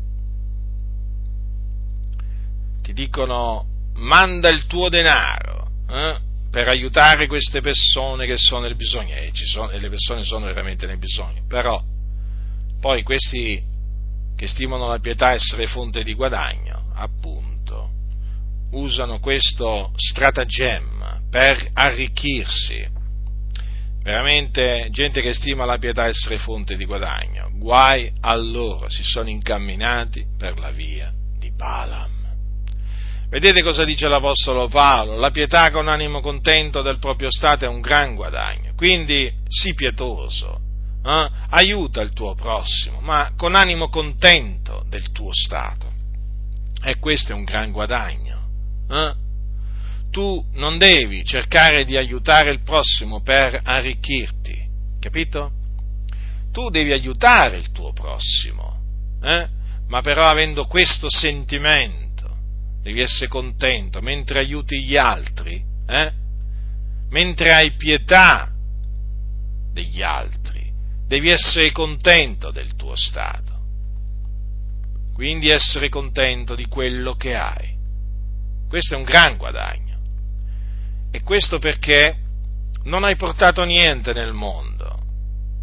Ti dicono manda il tuo denaro, eh? per aiutare queste persone che sono nel bisogno, e, ci sono, e le persone sono veramente nel bisogno, però poi questi che stimano la pietà essere fonte di guadagno, appunto, usano questo stratagemma per arricchirsi. Veramente gente che stima la pietà essere fonte di guadagno, guai a loro, si sono incamminati per la via di Balaam. Vedete cosa dice l'Apostolo Paolo? La pietà con animo contento del proprio stato è un gran guadagno, quindi sii pietoso, eh? Aiuta il tuo prossimo, ma con animo contento del tuo stato, e questo è un gran guadagno. Eh? Tu non devi cercare di aiutare il prossimo per arricchirti, capito? Tu devi aiutare il tuo prossimo, eh? ma però avendo questo sentimento, devi essere contento mentre aiuti gli altri, eh? mentre hai pietà degli altri, devi essere contento del tuo stato, quindi essere contento di quello che hai. Questo è un gran guadagno, e questo perché non hai portato niente nel mondo,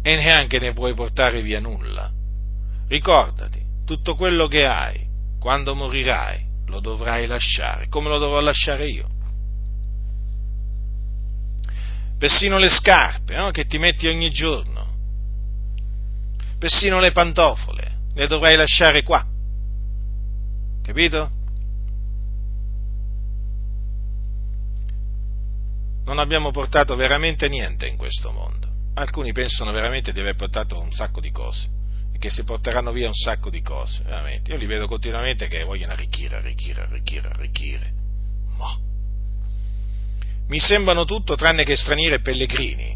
e neanche ne puoi portare via nulla. Ricordati, tutto quello che hai, quando morirai, lo dovrai lasciare, come lo dovrò lasciare io. Persino le scarpe, no? Che ti metti ogni giorno, persino le pantofole, le dovrai lasciare qua, capito? Non abbiamo portato veramente niente in questo mondo. Alcuni pensano veramente di aver portato un sacco di cose e che si porteranno via un sacco di cose, veramente. Io li vedo continuamente che vogliono arricchire, arricchire, arricchire, arricchire. Ma mi sembrano tutto tranne che stranieri e pellegrini.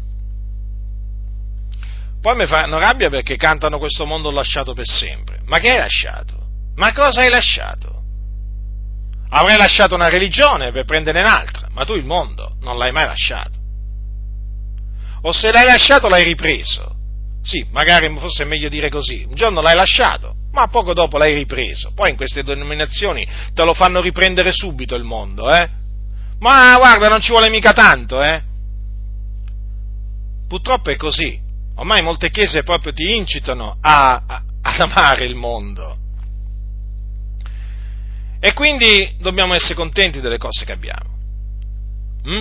Poi mi fanno rabbia perché cantano questo mondo lasciato per sempre. Ma che hai lasciato? Ma cosa hai lasciato? Avrai lasciato una religione per prendere un'altra, ma tu il mondo non l'hai mai lasciato. O se l'hai lasciato l'hai ripreso. Sì, magari forse è meglio dire così. Un giorno l'hai lasciato, ma poco dopo l'hai ripreso. Poi in queste denominazioni te lo fanno riprendere subito il mondo, eh? Ma guarda, non ci vuole mica tanto, eh? Purtroppo è così. Ormai molte chiese proprio ti incitano a, a, ad amare il mondo. E quindi dobbiamo essere contenti delle cose che abbiamo. Mm?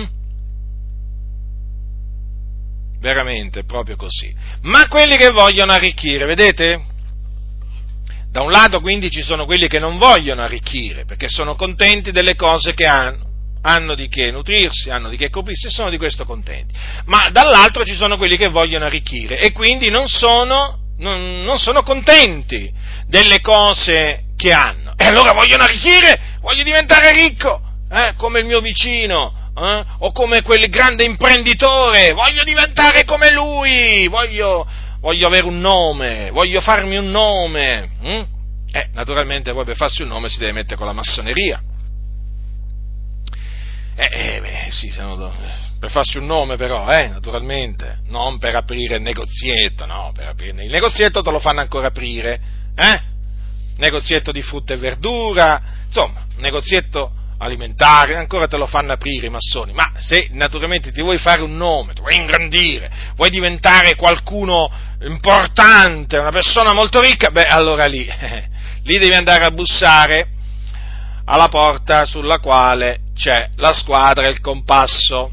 Veramente, è proprio così. Ma quelli che vogliono arricchire, vedete? Da un lato quindi ci sono quelli che non vogliono arricchire, perché sono contenti delle cose che hanno, hanno di che nutrirsi, hanno di che coprirsi, e sono di questo contenti. Ma dall'altro ci sono quelli che vogliono arricchire e quindi non sono, non, non sono contenti delle cose che hanno. E allora vogliono arricchire, voglio diventare ricco, eh, come il mio vicino, eh, o come quel grande imprenditore, voglio diventare come lui, voglio, voglio avere un nome, voglio farmi un nome. Hm? Eh, naturalmente poi per farsi un nome si deve mettere con la massoneria. Eh, eh beh, sì, se no, per farsi un nome però, eh, naturalmente, non per aprire il negozietto, no, per aprire il negozietto te lo fanno ancora aprire, eh? Negozietto di frutta e verdura, insomma, negozietto alimentare, ancora te lo fanno aprire i massoni, ma se naturalmente ti vuoi fare un nome, ti vuoi ingrandire, vuoi diventare qualcuno importante, una persona molto ricca, beh, allora lì, eh, lì devi andare a bussare alla porta sulla quale c'è la squadra e il compasso,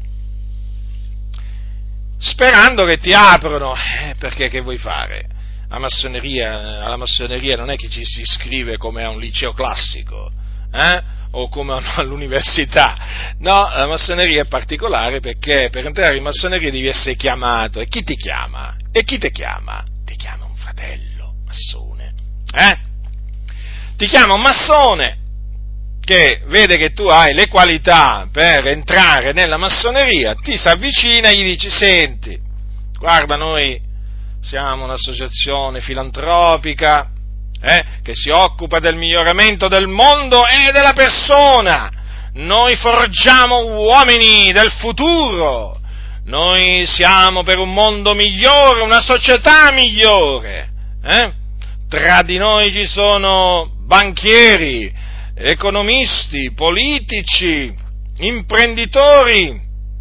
sperando che ti aprono, eh, perché che vuoi fare? La massoneria, alla massoneria non è che ci si iscrive come a un liceo classico, eh? O come all'università, no, la massoneria è particolare perché per entrare in massoneria devi essere chiamato, e chi ti chiama? E chi ti chiama? Ti chiama un fratello massone, eh? Ti chiama un massone che vede che tu hai le qualità per entrare nella massoneria, ti si avvicina e gli dice: senti, guarda, noi siamo un'associazione filantropica eh, che si occupa del miglioramento del mondo e della persona. Noi forgiamo uomini del futuro. Noi siamo per un mondo migliore, una società migliore. Eh? Tra di noi ci sono banchieri, economisti, politici, imprenditori,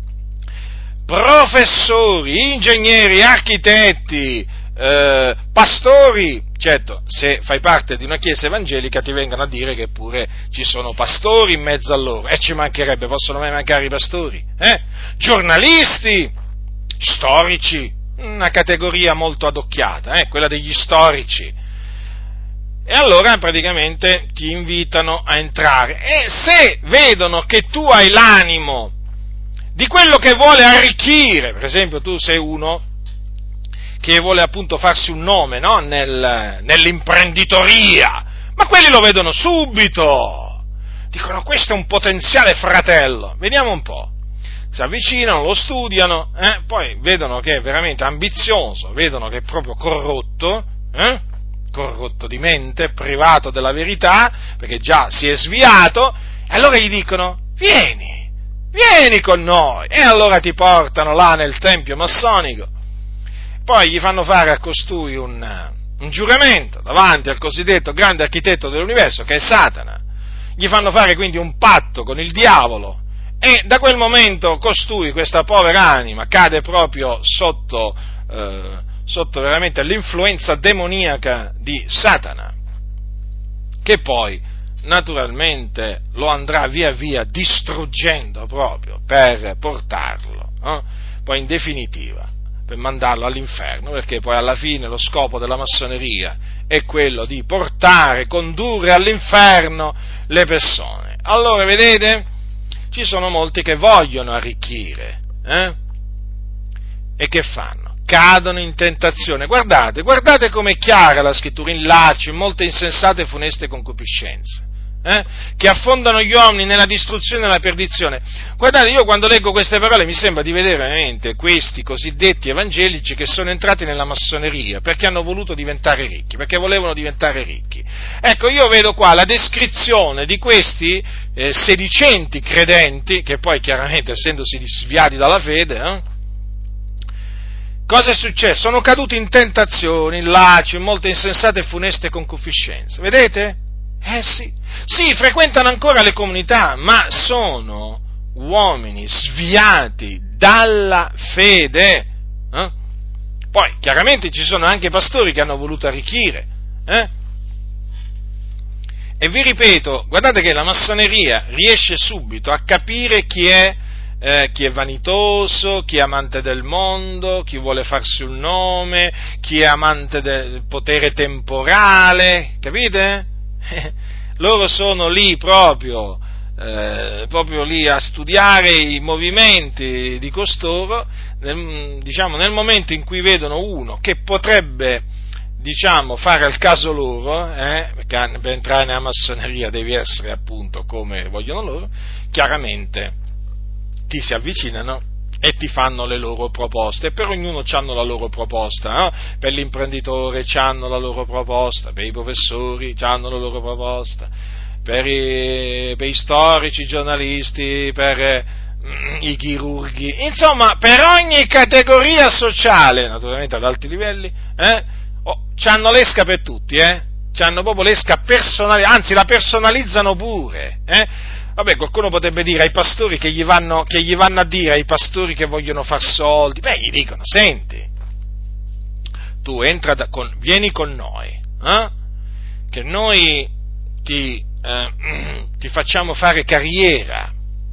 professori, ingegneri, architetti, eh, pastori. Certo, se fai parte di una chiesa evangelica ti vengono a dire che pure ci sono pastori in mezzo a loro, e ci mancherebbe, possono mai mancare i pastori, eh? Giornalisti, storici, una categoria molto adocchiata, eh? Quella degli storici. E allora praticamente ti invitano a entrare, e se vedono che tu hai l'animo di quello che vuole arricchire, per esempio tu sei uno che vuole appunto farsi un nome, no? Nel, nell'imprenditoria, ma quelli lo vedono subito, dicono: questo è un potenziale fratello, vediamo un po', si avvicinano, lo studiano, eh? Poi vedono che è veramente ambizioso, vedono che è proprio corrotto, eh? corrotto di mente, privato della verità, perché già si è sviato, e allora gli dicono: vieni, vieni con noi, e allora ti portano là nel tempio massonico. Poi gli fanno fare a costui un, un giuramento davanti al cosiddetto grande architetto dell'universo, che è Satana. Gli fanno fare quindi un patto con il diavolo, e da quel momento costui, questa povera anima, cade proprio sotto eh, sotto veramente l'influenza demoniaca di Satana, che poi naturalmente lo andrà via via distruggendo proprio per portarlo, eh? poi in definitiva, per mandarlo all'inferno, perché poi alla fine lo scopo della massoneria è quello di portare, condurre all'inferno le persone. Allora, vedete, ci sono molti che vogliono arricchire, eh? E che fanno? Cadono in tentazione. Guardate, guardate com'è chiara la scrittura, in lacci, in molte insensate e funeste concupiscenze, eh? che affondano gli uomini nella distruzione e nella perdizione. Guardate, io quando leggo queste parole mi sembra di vedere veramente questi cosiddetti evangelici che sono entrati nella massoneria perché hanno voluto diventare ricchi, perché volevano diventare ricchi. Ecco, io vedo qua la descrizione di questi eh, sedicenti credenti, che poi chiaramente essendosi disviati dalla fede, eh, cosa è successo? Sono caduti in tentazioni, in lacci, in molte insensate e funeste concupiscenze. Vedete? Eh sì. Sì, frequentano ancora le comunità, ma sono uomini sviati dalla fede. Eh? Poi, chiaramente, ci sono anche pastori che hanno voluto arricchire. Eh? E vi ripeto, guardate che la massoneria riesce subito a capire chi è Eh, chi è vanitoso, chi è amante del mondo, chi vuole farsi un nome, chi è amante del potere temporale, capite? Loro sono lì proprio, eh, proprio lì a studiare i movimenti di costoro, nel, diciamo, nel momento in cui vedono uno che potrebbe, diciamo, fare al caso loro, eh, perché per entrare nella massoneria devi essere appunto come vogliono loro, chiaramente ti si avvicinano e ti fanno le loro proposte, e per ognuno hanno la loro proposta, no? Per l'imprenditore hanno la loro proposta, per i professori hanno la loro proposta, per i, per i storici, i giornalisti, per mm, i chirurghi, insomma per ogni categoria sociale, naturalmente ad alti livelli, eh? oh, c'hanno l'esca per tutti, eh? C'hanno proprio l'esca personale, anzi la personalizzano pure, eh? Vabbè, qualcuno potrebbe dire ai pastori che gli vanno, che gli vanno a dire ai pastori che vogliono far soldi, beh, gli dicono, senti, tu entra da, con, vieni con noi, eh? che noi ti, eh, ti facciamo fare carriera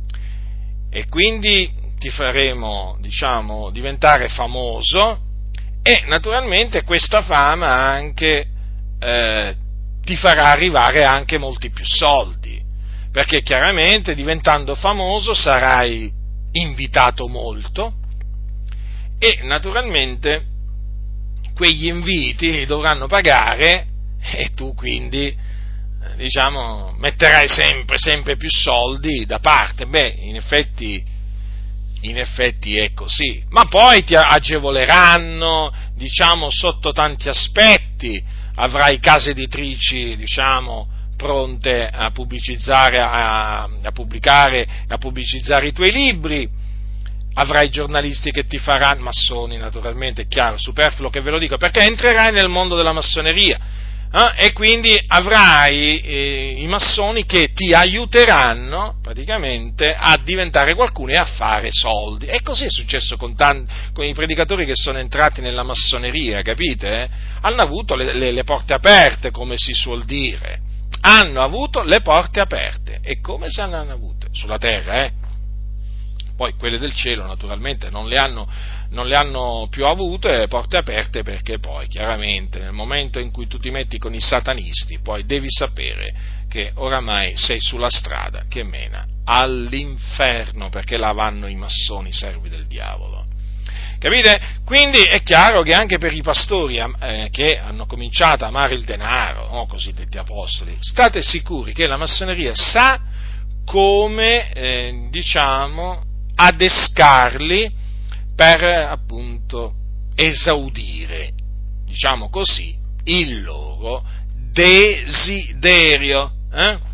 e quindi ti faremo, diciamo, diventare famoso e naturalmente questa fama anche eh, ti farà arrivare anche molti più soldi. Perché chiaramente diventando famoso sarai invitato molto e naturalmente quegli inviti dovranno pagare e tu quindi, diciamo, metterai sempre, sempre più soldi da parte. Beh, in effetti, in effetti è così, ma poi ti agevoleranno, diciamo, sotto tanti aspetti, avrai case editrici, diciamo, pronte a pubblicizzare, a, a pubblicare, a pubblicizzare i tuoi libri, avrai giornalisti che ti faranno, massoni naturalmente, è chiaro, superfluo che ve lo dico, perché entrerai nel mondo della massoneria, eh? E quindi avrai eh, i massoni che ti aiuteranno praticamente a diventare qualcuno e a fare soldi, e così è successo con, tanti, con i predicatori che sono entrati nella massoneria, capite? Eh? Hanno avuto le, le, le porte aperte, come si suol dire. Hanno avuto le porte aperte, e come se ne hanno avute? Sulla terra, eh? Poi quelle del cielo naturalmente non le hanno, non le hanno più avute le porte aperte, perché poi chiaramente nel momento in cui tu ti metti con i satanisti, poi devi sapere che oramai sei sulla strada che mena all'inferno, perché là vanno i massoni, servi del diavolo. Capite? Quindi è chiaro che anche per i pastori eh, che hanno cominciato a amare il denaro, no, cosiddetti apostoli, state sicuri che la massoneria sa come, eh, diciamo, adescarli per, appunto, esaudire, diciamo così, il loro desiderio. Eh?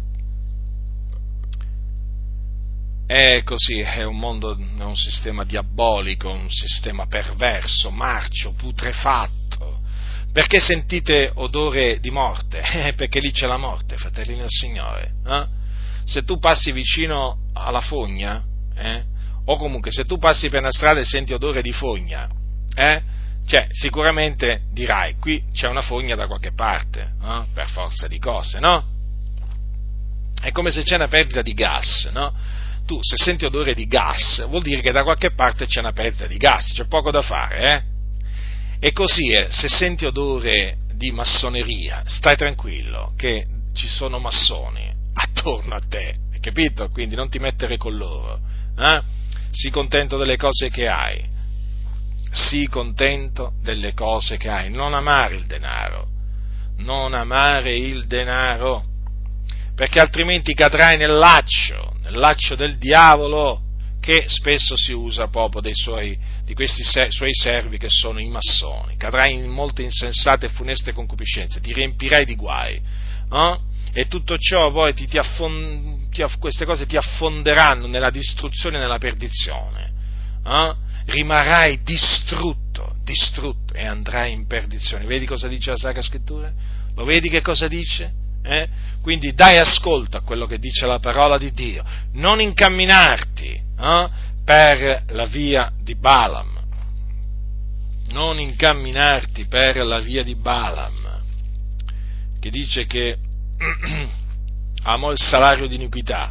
È così, è un mondo, è un sistema diabolico, un sistema perverso, marcio, putrefatto. Perché sentite odore di morte? Eh, perché lì c'è la morte, fratelli nel Signore. Eh? Se tu passi vicino alla fogna, eh, o comunque se tu passi per una strada e senti odore di fogna, eh, Cioè, sicuramente dirai, qui c'è una fogna da qualche parte, no? Per forza di cose, no? È come se c'è una perdita di gas, no? Tu, se senti odore di gas, vuol dire che da qualche parte c'è una perdita di gas, c'è poco da fare, eh? E così è, se senti odore di massoneria, stai tranquillo, che ci sono massoni attorno a te, hai capito? Quindi non ti mettere con loro, eh? Sii contento delle cose che hai. Sii contento delle cose che hai, non amare il denaro, non amare il denaro, perché altrimenti cadrai nel laccio, nel laccio del diavolo, che spesso si usa proprio dei suoi, di questi se, suoi servi che sono i massoni. Cadrai in molte insensate e funeste concupiscenze, ti riempirai di guai, no? E tutto ciò poi ti, ti affond, ti, queste cose ti affonderanno nella distruzione e nella perdizione, no? Rimarrai distrutto, distrutto e andrai in perdizione. Vedi cosa dice la Sacra Scrittura? Lo vedi che cosa dice? Eh? Quindi dai ascolto a quello che dice la parola di Dio, non incamminarti eh? per la via di Balaam, non incamminarti per la via di Balaam, che dice che amò il salario di iniquità,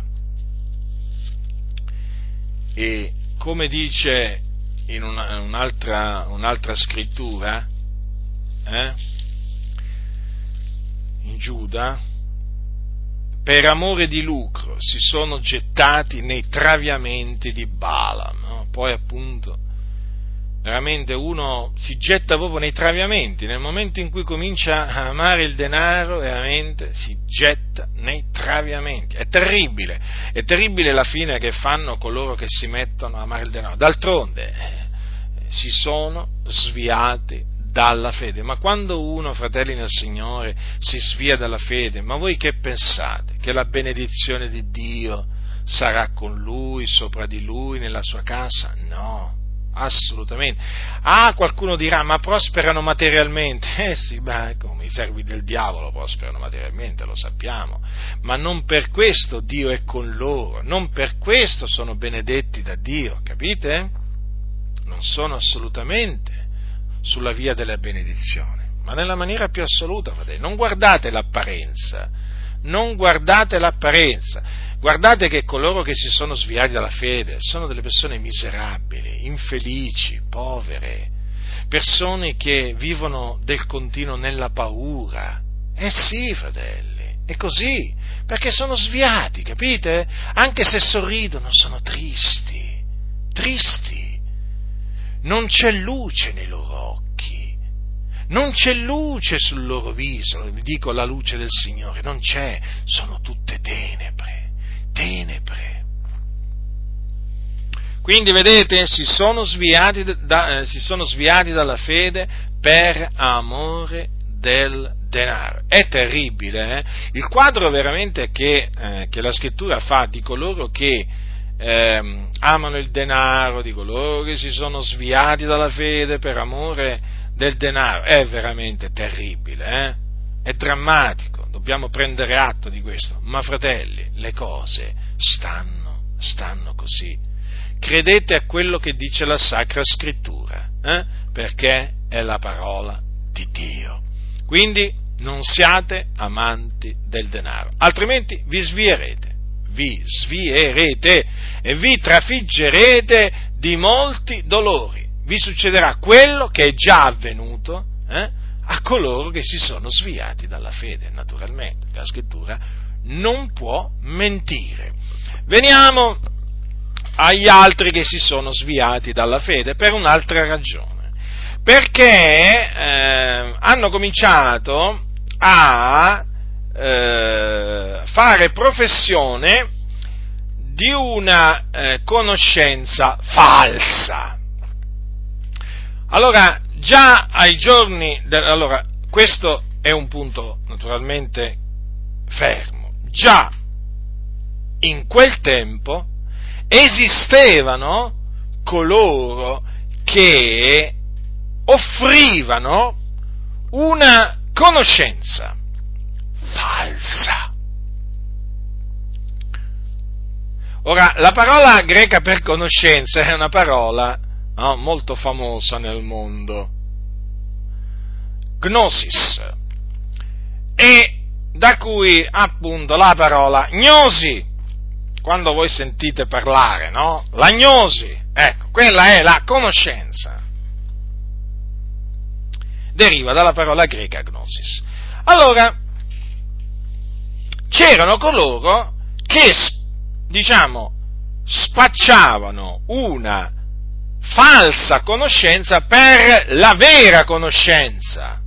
e come dice in una, un'altra, un'altra scrittura, eh? in Giuda, per amore di lucro si sono gettati nei traviamenti di Balaam, no? Poi appunto veramente uno si getta proprio nei traviamenti, nel momento in cui comincia a amare il denaro, veramente si getta nei traviamenti. È terribile, è terribile la fine che fanno coloro che si mettono a amare il denaro. D'altronde eh, si sono sviati dalla fede. Ma quando uno, fratelli nel Signore, si svia dalla fede, ma voi che pensate? Che la benedizione di Dio sarà con lui, sopra di lui, nella sua casa? No. Assolutamente. Ah, qualcuno dirà, ma prosperano materialmente? Eh sì, beh, come i servi del diavolo prosperano materialmente, lo sappiamo, ma non per questo Dio è con loro, non per questo sono benedetti da Dio, capite? Non sono assolutamente sulla via della benedizione, ma nella maniera più assoluta, fratelli. Non guardate l'apparenza, non guardate l'apparenza. Guardate che coloro che si sono sviati dalla fede sono delle persone miserabili, infelici, povere, persone che vivono del continuo nella paura. Eh sì, fratelli, è così, perché sono sviati, capite? Anche se sorridono sono tristi, tristi. Non c'è luce nei loro occhi, non c'è luce sul loro viso, vi dico la luce del Signore, non c'è, sono tutte tenebre. Tenebre. Quindi vedete, si sono sviati, da, eh, si sono sviati dalla fede per amore del denaro. È terribile, eh? Il quadro veramente che, eh, che la Scrittura fa di coloro che eh, amano il denaro, di coloro che si sono sviati dalla fede per amore del denaro, è veramente terribile, eh? È drammatico. Dobbiamo prendere atto di questo, ma fratelli, le cose stanno, stanno così. Credete a quello che dice la Sacra Scrittura, eh? Perché è la parola di Dio. Quindi non siate amanti del denaro, altrimenti vi svierete, vi svierete e vi trafiggerete di molti dolori. Vi succederà quello che è già avvenuto, eh? a coloro che si sono sviati dalla fede, naturalmente, la Scrittura non può mentire. Veniamo agli altri che si sono sviati dalla fede per un'altra ragione, perché eh, hanno cominciato a eh, fare professione di una eh, conoscenza falsa. Allora, già ai giorni, de- allora, questo è un punto naturalmente fermo, già in quel tempo esistevano coloro che offrivano una conoscenza falsa. Ora, la parola greca per conoscenza è una parola no, molto famosa nel mondo, gnosis, e da cui appunto la parola gnosi, quando voi sentite parlare, no? La gnosi, ecco, quella è la conoscenza, deriva dalla parola greca gnosis. Allora, c'erano coloro che, diciamo, spacciavano una falsa conoscenza per la vera conoscenza.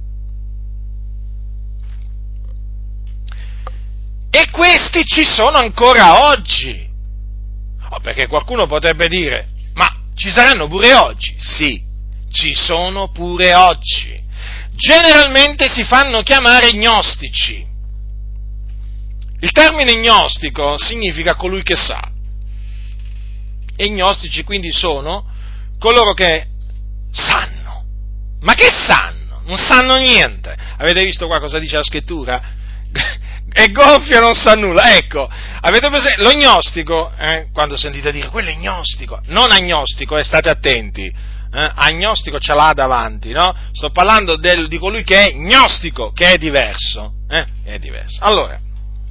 E questi ci sono ancora oggi. Oh, perché qualcuno potrebbe dire, ma ci saranno pure oggi? Sì, ci sono pure oggi. Generalmente si fanno chiamare gnostici. Il termine gnostico significa colui che sa. E i gnostici quindi sono coloro che sanno. Ma che sanno? Non sanno niente. Avete visto qua cosa dice la scrittura? È gonfio, non sa nulla. Ecco, avete presente? Lo gnostico, eh, quando sentite dire quello è gnostico, non agnostico, eh, state attenti, eh, agnostico ce l'ha davanti, no? Sto parlando del, di colui che è gnostico, che è diverso, eh, è diverso. Allora,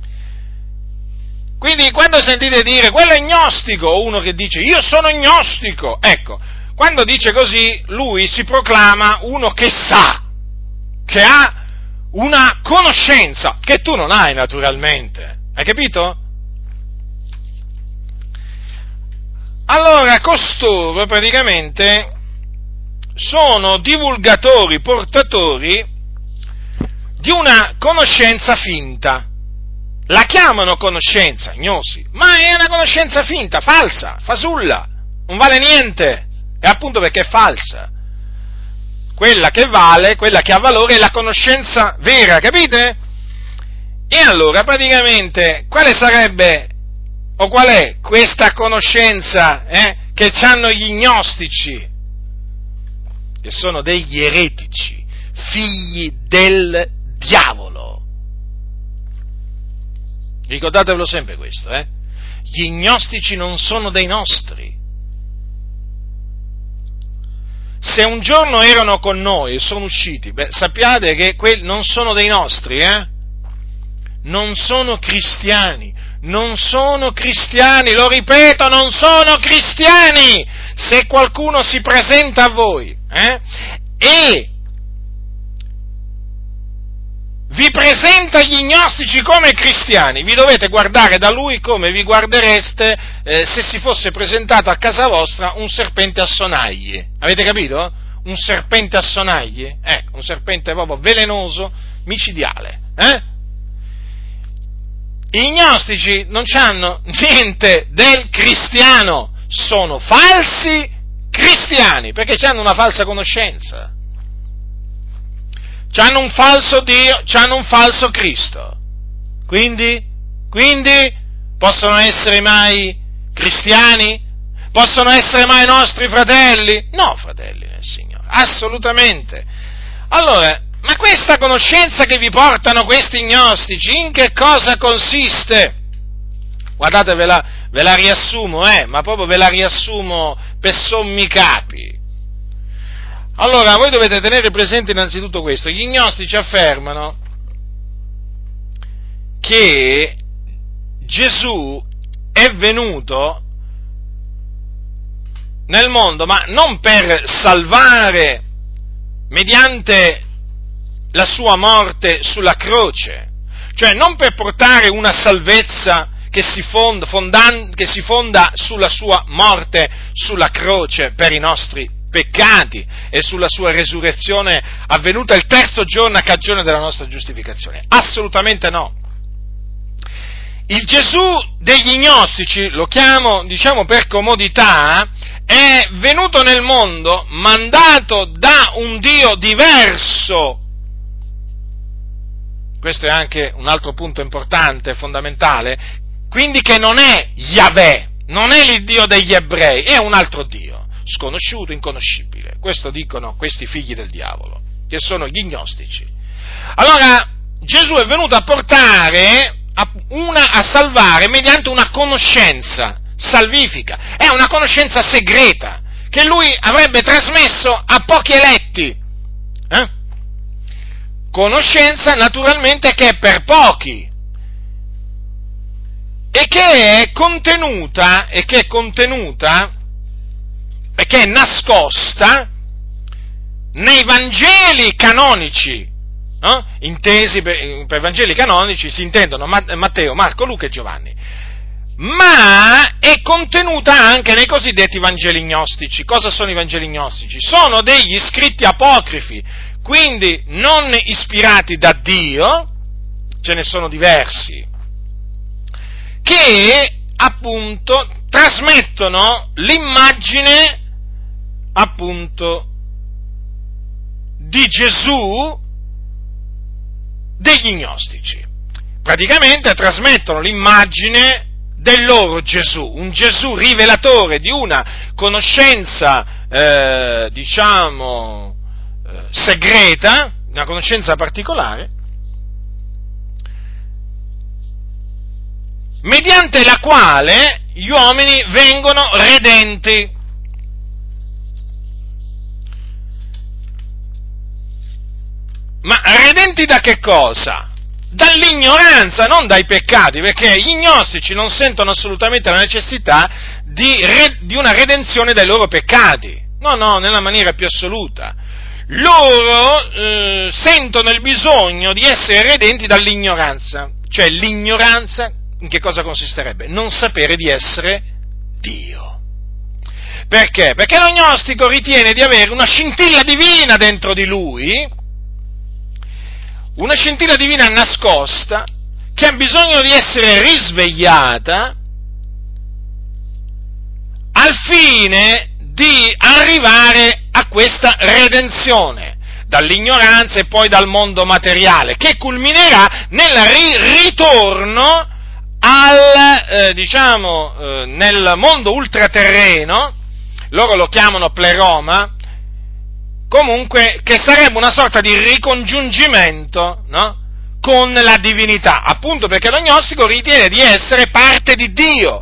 quindi quando sentite dire quello è gnostico, o uno che dice io sono gnostico, ecco, quando dice così, lui si proclama uno che sa, che ha una conoscenza che tu non hai naturalmente, hai capito? Allora, costoro praticamente sono divulgatori, portatori di una conoscenza finta. La chiamano conoscenza, gnosi, ma è una conoscenza finta, falsa, fasulla, non vale niente, e appunto perché è falsa. Quella che vale, quella che ha valore è la conoscenza vera, capite? E allora praticamente quale sarebbe, o qual è questa conoscenza eh, che hanno gli gnostici? Che sono degli eretici, figli del diavolo. Ricordatevelo sempre questo, eh? Gli gnostici non sono dei nostri. Se un giorno erano con noi e sono usciti, beh, sappiate che quelli non sono dei nostri, eh? Non sono cristiani, non sono cristiani, lo ripeto, non sono cristiani! Se qualcuno si presenta a voi, eh? E vi presenta gli gnostici come cristiani, vi dovete guardare da lui come vi guardereste eh, se si fosse presentato a casa vostra un serpente a sonagli. Avete capito? Un serpente a sonagli? Ecco, un serpente proprio velenoso, micidiale. Eh? I gnostici non hanno niente del cristiano, sono falsi cristiani, perché hanno una falsa conoscenza. C'hanno un falso Dio, c'hanno un falso Cristo. Quindi, quindi, possono essere mai cristiani? Possono essere mai nostri fratelli? No, fratelli nel Signore, assolutamente. Allora, ma questa conoscenza che vi portano questi gnostici, in che cosa consiste? Guardate, ve la, ve la riassumo, eh, ma proprio ve la riassumo per sommi capi. Allora, voi dovete tenere presente innanzitutto questo: gli gnostici affermano che Gesù è venuto nel mondo, ma non per salvare mediante la sua morte sulla croce, cioè non per portare una salvezza che si fonda, fondan, che si fonda sulla sua morte sulla croce per i nostri peccati e sulla sua resurrezione avvenuta il terzo giorno a cagione della nostra giustificazione. Assolutamente no. Il Gesù degli gnostici, lo chiamo, diciamo per comodità, è venuto nel mondo mandato da un Dio diverso. Questo è anche un altro punto importante, fondamentale, quindi che non è Yahweh, non è l'Iddio degli ebrei, è un altro Dio, sconosciuto, inconoscibile. Questo dicono questi figli del diavolo, che sono gli gnostici. Allora, Gesù è venuto a portare, a, una, a salvare mediante una conoscenza salvifica, è una conoscenza segreta, che lui avrebbe trasmesso a pochi eletti. Eh? conoscenza naturalmente che è per pochi e che è contenuta e che è contenuta e che è nascosta nei Vangeli canonici, no? Intesi per, per Vangeli canonici si intendono Matteo, Marco, Luca e Giovanni, ma è contenuta anche nei cosiddetti Vangeli gnostici. Cosa sono i Vangeli gnostici? Sono degli scritti apocrifi, quindi non ispirati da Dio, ce ne sono diversi, che appunto trasmettono l'immagine appunto di Gesù degli gnostici. Praticamente trasmettono l'immagine del loro Gesù, un Gesù rivelatore di una conoscenza, eh, diciamo, eh, segreta, una conoscenza particolare, mediante la quale gli uomini vengono redenti. Ma redenti da che cosa? Dall'ignoranza, non dai peccati, perché gli gnostici non sentono assolutamente la necessità di, re, di una redenzione dai loro peccati. No, no, nella maniera più assoluta. Loro eh, sentono il bisogno di essere redenti dall'ignoranza. Cioè l'ignoranza in che cosa consisterebbe? Non sapere di essere Dio. Perché? Perché lo gnostico ritiene di avere una scintilla divina dentro di lui, una scintilla divina nascosta, che ha bisogno di essere risvegliata al fine di arrivare a questa redenzione dall'ignoranza e poi dal mondo materiale, che culminerà nel ri- ritorno al, eh, diciamo, eh, nel mondo ultraterreno, loro lo chiamano pleroma, comunque, che sarebbe una sorta di ricongiungimento, no? Con la divinità, appunto perché lo gnostico ritiene di essere parte di Dio.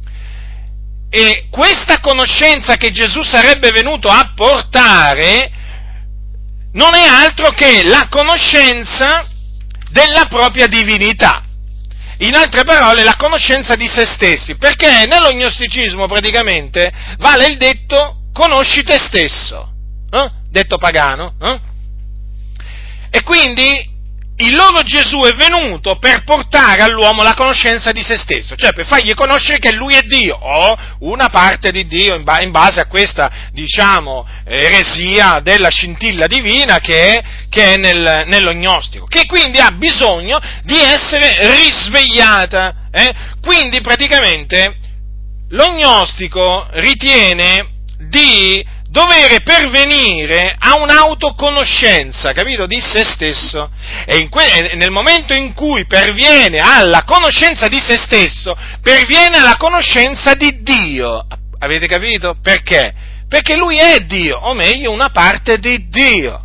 E questa conoscenza che Gesù sarebbe venuto a portare non è altro che la conoscenza della propria divinità. In altre parole, la conoscenza di se stessi, perché nello gnosticismo praticamente vale il detto conosci te stesso. Eh? Detto pagano, eh? E quindi il loro Gesù è venuto per portare all'uomo la conoscenza di se stesso, cioè per fargli conoscere che lui è Dio, o una parte di Dio in, ba- in base a questa, diciamo, eresia della scintilla divina che è, che è nel, nello gnostico, che quindi ha bisogno di essere risvegliata. Eh? Quindi praticamente lo gnostico ritiene di dovere pervenire a un'autoconoscenza, capito, di se stesso, e in que- nel momento in cui perviene alla conoscenza di se stesso, perviene alla conoscenza di Dio. Avete capito? Perché? Perché lui è Dio, o meglio, una parte di Dio.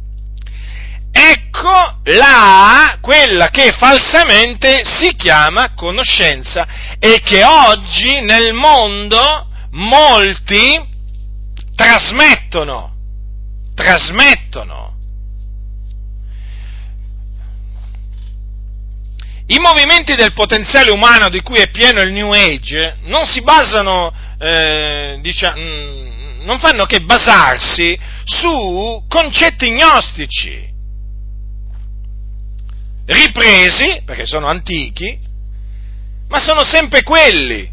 Ecco là quella che falsamente si chiama conoscenza e che oggi nel mondo molti trasmettono, trasmettono. I movimenti del potenziale umano di cui è pieno il New Age non si basano, eh, diciamo, non fanno che basarsi su concetti gnostici, ripresi, perché sono antichi, ma sono sempre quelli.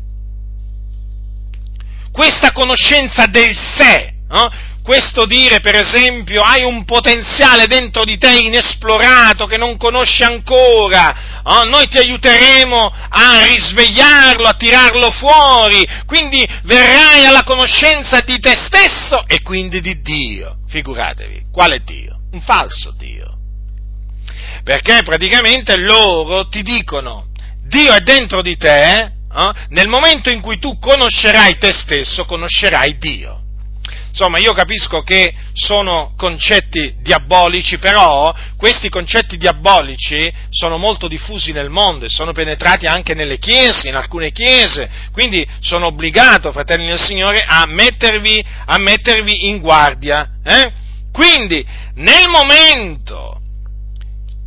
Questa conoscenza del sé, no? Questo dire, per esempio, hai un potenziale dentro di te inesplorato che non conosci ancora, no? Noi ti aiuteremo a risvegliarlo, a tirarlo fuori, quindi verrai alla conoscenza di te stesso e quindi di Dio. Figuratevi, quale Dio? Un falso Dio. Perché praticamente loro ti dicono, Dio è dentro di te, Eh? Nel momento in cui tu conoscerai te stesso, conoscerai Dio. Insomma, io capisco che sono concetti diabolici, però questi concetti diabolici sono molto diffusi nel mondo e sono penetrati anche nelle chiese, in alcune chiese, quindi sono obbligato, fratelli del Signore, a mettervi, a mettervi in guardia. Eh? Quindi, nel momento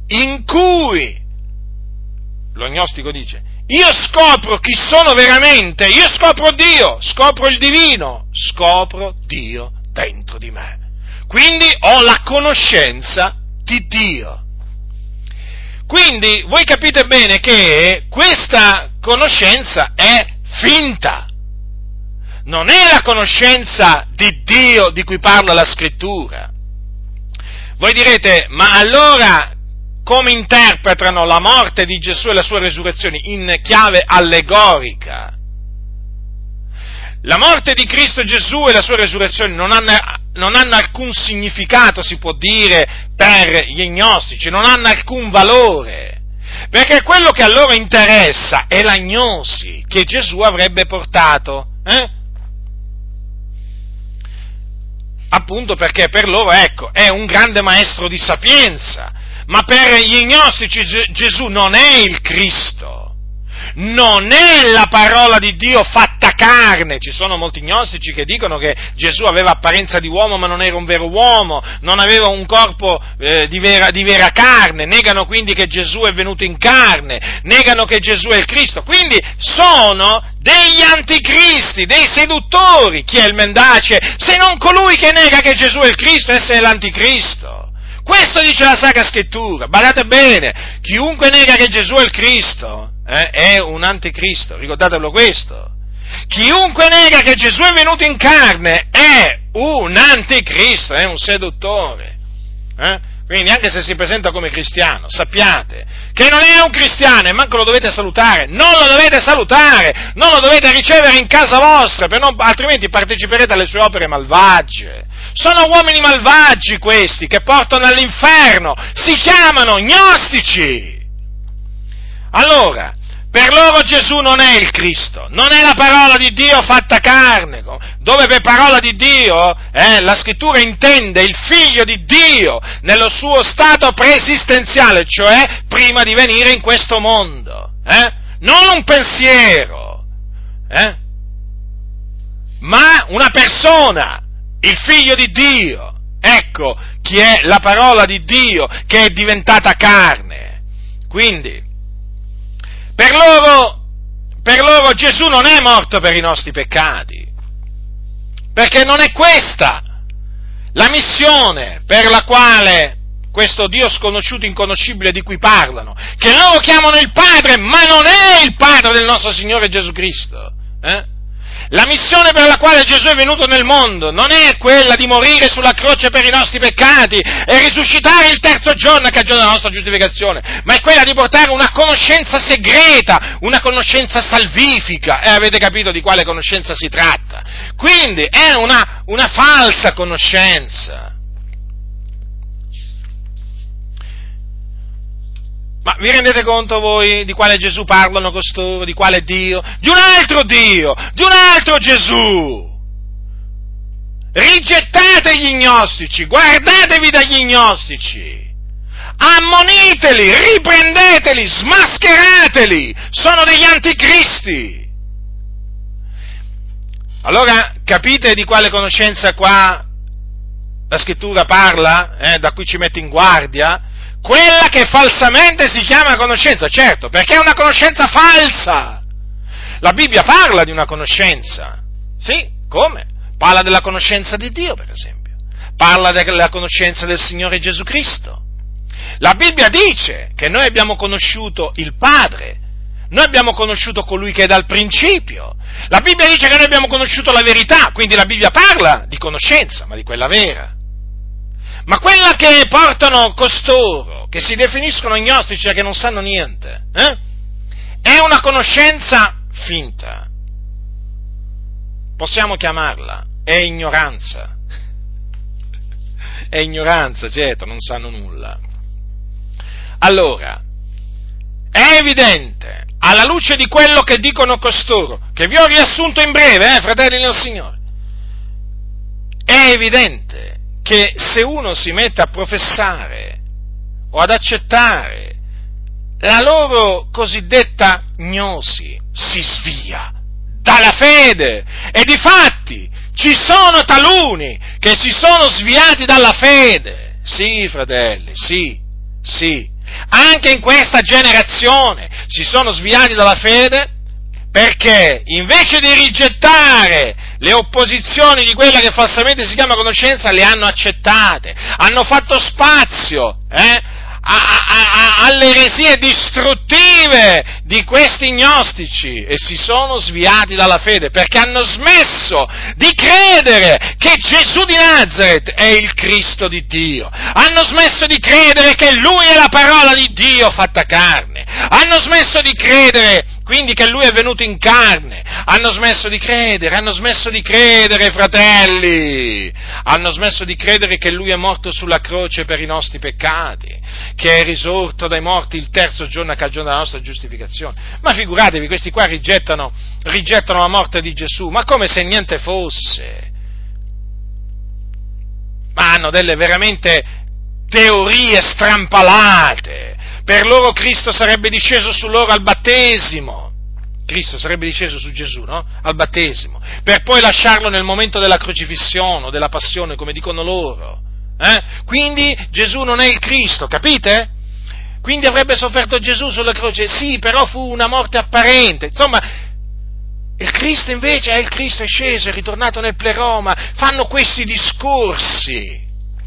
in cui lo gnostico dice: io scopro chi sono veramente, io scopro Dio, scopro il divino, scopro Dio dentro di me. Quindi ho la conoscenza di Dio. Quindi voi capite bene che questa conoscenza è finta. Non è la conoscenza di Dio di cui parla la Scrittura. Voi direte: ma allora come interpretano la morte di Gesù e la sua resurrezione? In chiave allegorica. La morte di Cristo Gesù e la sua resurrezione non hanno, non hanno alcun significato, si può dire, per gli gnostici, non hanno alcun valore, perché quello che a loro interessa è la gnosi che Gesù avrebbe portato, eh? Appunto perché per loro, ecco, è un grande maestro di sapienza, ma per gli gnostici Gesù non è il Cristo, non è la parola di Dio fatta carne. Ci sono molti gnostici che dicono che Gesù aveva apparenza di uomo ma non era un vero uomo, non aveva un corpo eh, di, vera, di vera carne, negano quindi che Gesù è venuto in carne, negano che Gesù è il Cristo, quindi sono degli anticristi, dei seduttori. Chi è il mendace se non colui che nega che Gesù è il Cristo? Esso è l'anticristo. Questo dice la Sacra Scrittura, badate bene, chiunque nega che Gesù è il Cristo eh, è un anticristo, ricordatevelo questo. Chiunque nega che Gesù è venuto in carne è un anticristo, è un seduttore. Eh? Quindi anche se si presenta come cristiano, sappiate che non è un cristiano e manco lo dovete salutare, non lo dovete salutare, non lo dovete ricevere in casa vostra, per non, altrimenti parteciperete alle sue opere malvagie. Sono uomini malvagi questi, che portano all'inferno, si chiamano gnostici. Allora, per loro Gesù non è il Cristo, non è la parola di Dio fatta carne, dove per parola di Dio eh, la Scrittura intende il Figlio di Dio nello suo stato preesistenziale, cioè prima di venire in questo mondo, eh? Non un pensiero, eh? Ma una persona, il Figlio di Dio. Ecco chi è la parola di Dio che è diventata carne. Quindi, per loro, per loro Gesù non è morto per i nostri peccati, perché non è questa la missione per la quale questo Dio sconosciuto, inconoscibile di cui parlano, che loro chiamano il Padre, ma non è il Padre del nostro Signore Gesù Cristo, eh? La missione per la quale Gesù è venuto nel mondo non è quella di morire sulla croce per i nostri peccati e risuscitare il terzo giorno a cagione della nostra giustificazione, ma è quella di portare una conoscenza segreta, una conoscenza salvifica, e avete capito di quale conoscenza si tratta. Quindi è una, una falsa conoscenza. Ma vi rendete conto voi di quale Gesù parlano costoro, di quale Dio? Di un altro Dio, di un altro Gesù! Rigettate gli gnostici, guardatevi dagli gnostici, ammoniteli, riprendeteli, smascherateli, sono degli anticristi! Allora capite di quale conoscenza qua la Scrittura parla, eh, da cui ci mette in guardia? Quella che falsamente si chiama conoscenza, certo, perché è una conoscenza falsa. La Bibbia parla di una conoscenza, sì, come? Parla della conoscenza di Dio, per esempio, parla della conoscenza del Signore Gesù Cristo. La Bibbia dice che noi abbiamo conosciuto il Padre, noi abbiamo conosciuto colui che è dal principio. La Bibbia dice che noi abbiamo conosciuto la verità, quindi la Bibbia parla di conoscenza, ma di quella vera. Ma quella che portano costoro, che si definiscono gnostici e che non sanno niente, eh? È una conoscenza finta. Possiamo chiamarla, è ignoranza. È ignoranza, certo, non sanno nulla. Allora, è evidente, alla luce di quello che dicono costoro, che vi ho riassunto in breve, eh, fratelli nel Signore, è evidente che se uno si mette a professare o ad accettare la loro cosiddetta gnosi, si svia dalla fede, e difatti ci sono taluni che si sono sviati dalla fede, sì fratelli, sì, sì, anche in questa generazione si sono sviati dalla fede, perché invece di rigettare le opposizioni di quella che falsamente si chiama conoscenza, le hanno accettate, hanno fatto spazio eh, a, a, a, alle eresie distruttive di questi gnostici e si sono sviati dalla fede, perché hanno smesso di credere che Gesù di Nazaret è il Cristo di Dio, hanno smesso di credere che Lui è la parola di Dio fatta carne, hanno smesso di credere quindi che Lui è venuto in carne, hanno smesso di credere, hanno smesso di credere, fratelli, hanno smesso di credere che Lui è morto sulla croce per i nostri peccati, che è risorto dai morti il terzo giorno a cagione della nostra giustificazione. Ma figuratevi, questi qua rigettano, rigettano la morte di Gesù, ma come se niente fosse. Ma hanno delle veramente teorie strampalate. Per loro Cristo sarebbe disceso su loro al battesimo, Cristo sarebbe disceso su Gesù, no? Al battesimo, per poi lasciarlo nel momento della crocifissione o della passione, come dicono loro. Eh? Quindi Gesù non è il Cristo, capite? Quindi avrebbe sofferto Gesù sulla croce, sì, però fu una morte apparente, insomma, il Cristo invece è il Cristo, è sceso, è ritornato nel pleroma, fanno questi discorsi.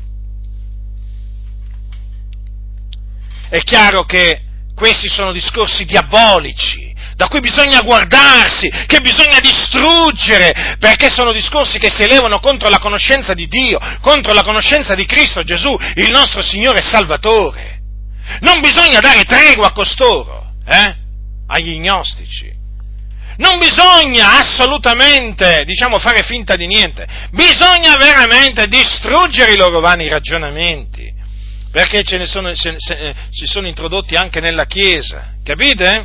È chiaro che questi sono discorsi diabolici, da cui bisogna guardarsi, che bisogna distruggere, perché sono discorsi che si elevano contro la conoscenza di Dio, contro la conoscenza di Cristo Gesù, il nostro Signore e Salvatore. Non bisogna dare tregua a costoro, eh? Agli gnostici. Non bisogna assolutamente, diciamo, fare finta di niente, bisogna veramente distruggere i loro vani ragionamenti, perché ce ne sono, se, se, si sono introdotti anche nella Chiesa, capite?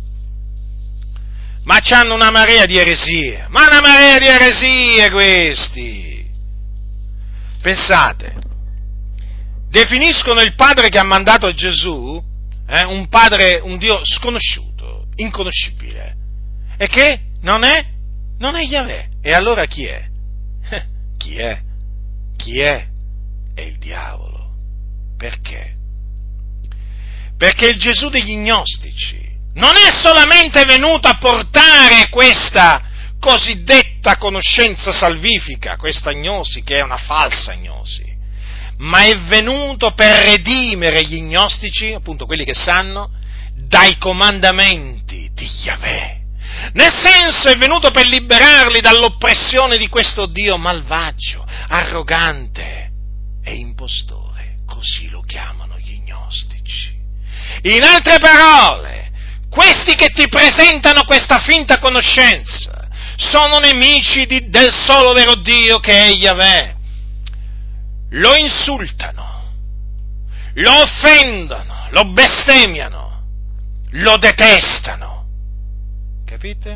Ma c'hanno una marea di eresie, ma una marea di eresie questi! Pensate, definiscono il Padre che ha mandato Gesù, eh, un Padre, un Dio sconosciuto, inconoscibile, e che non è, non è Yahweh. E allora chi è? Chi è? Chi è? È il diavolo. Perché? Perché il Gesù degli gnostici non è solamente venuto a portare questa cosiddetta conoscenza salvifica, questa gnosi che è una falsa gnosi, ma è venuto per redimere gli gnostici, appunto quelli che sanno, dai comandamenti di Yahweh. Nel senso è venuto per liberarli dall'oppressione di questo Dio malvagio, arrogante e impostore. Così lo chiamano gli gnostici. In altre parole, questi che ti presentano questa finta conoscenza sono nemici di, del solo vero Dio che è Yahweh. Lo insultano, lo offendono, lo bestemmiano, lo detestano. Capite?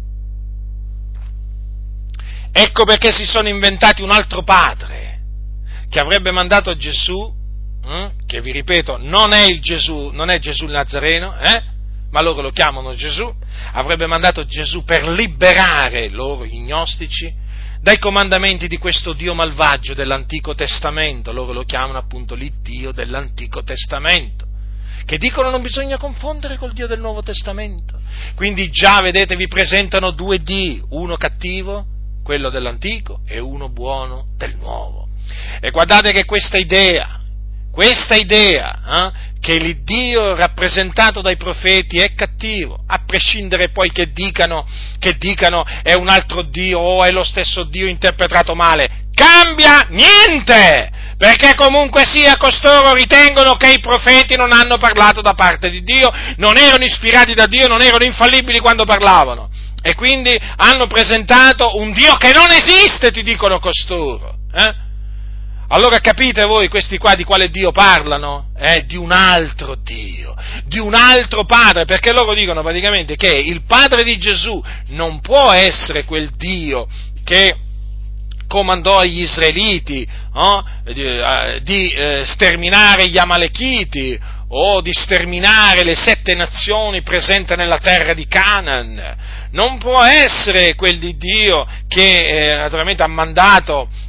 Ecco perché si sono inventati un altro padre che avrebbe mandato Gesù, eh, che vi ripeto non è il Gesù, non è Gesù il Nazareno, eh, ma loro lo chiamano Gesù, avrebbe mandato Gesù per liberare loro, gli gnostici, dai comandamenti di questo Dio malvagio dell'Antico Testamento, loro lo chiamano appunto l'Iddio dell'Antico Testamento, che dicono non bisogna confondere col Dio del Nuovo Testamento. Quindi già, vedete, vi presentano due Dì, uno cattivo, quello dell'Antico, e uno buono del Nuovo. E guardate che questa idea, questa idea, eh, che l'Iddio rappresentato dai profeti è cattivo, a prescindere poi che dicano, che dicano è un altro Dio o è lo stesso Dio interpretato male, cambia niente! Perché comunque sia costoro ritengono che i profeti non hanno parlato da parte di Dio, non erano ispirati da Dio, non erano infallibili quando parlavano. E quindi hanno presentato un Dio che non esiste, ti dicono costoro. Eh? Allora capite voi questi qua di quale Dio parlano? Eh, di un altro Dio, di un altro Padre, perché loro dicono praticamente che il Padre di Gesù non può essere quel Dio che comandò agli israeliti oh, di, eh, di eh, sterminare gli Amalechiti o di sterminare le sette nazioni presenti nella terra di Canaan. Non può essere quel di Dio che eh, naturalmente ha mandato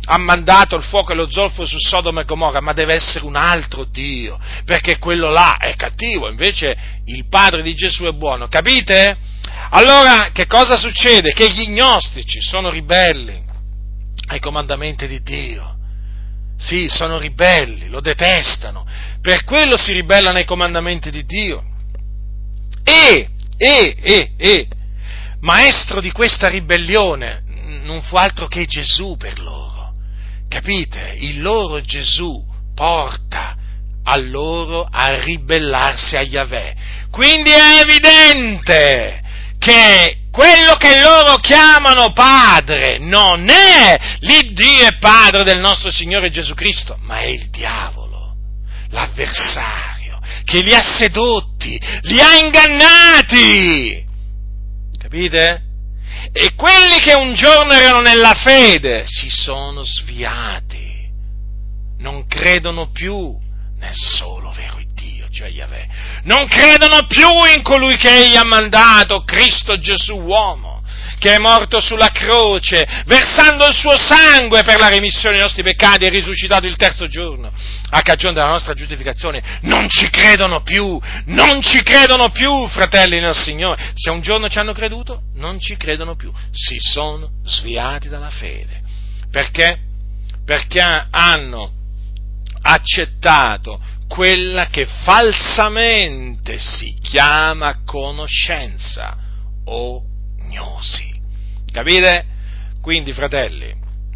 ha mandato il fuoco e lo zolfo su Sodoma e Gomorra, ma deve essere un altro Dio, perché quello là è cattivo, invece il Padre di Gesù è buono, capite? Allora, che cosa succede? Che gli gnostici sono ribelli ai comandamenti di Dio. Sì, sono ribelli, lo detestano, per quello si ribellano ai comandamenti di Dio. E, e, e, e, maestro di questa ribellione non fu altro che Gesù per loro, capite? Il loro Gesù porta a loro a ribellarsi a Yahweh, quindi è evidente che quello che loro chiamano Padre non è l'Iddio e Padre del nostro Signore Gesù Cristo, ma è il diavolo, l'avversario, che li ha sedotti, li ha ingannati, capite? E quelli che un giorno erano nella fede si sono sviati, non credono più nel solo vero Dio, cioè Yahweh, non credono più in colui che egli ha mandato, Cristo Gesù uomo, che è morto sulla croce, versando il suo sangue per la remissione dei nostri peccati e risuscitato il terzo giorno, a cagione della nostra giustificazione. Non ci credono più, non ci credono più, fratelli nel Signore. Se un giorno ci hanno creduto, non ci credono più, si sono sviati dalla fede. Perché? Perché hanno accettato quella che falsamente si chiama conoscenza o gnosi. Capite? Quindi, fratelli,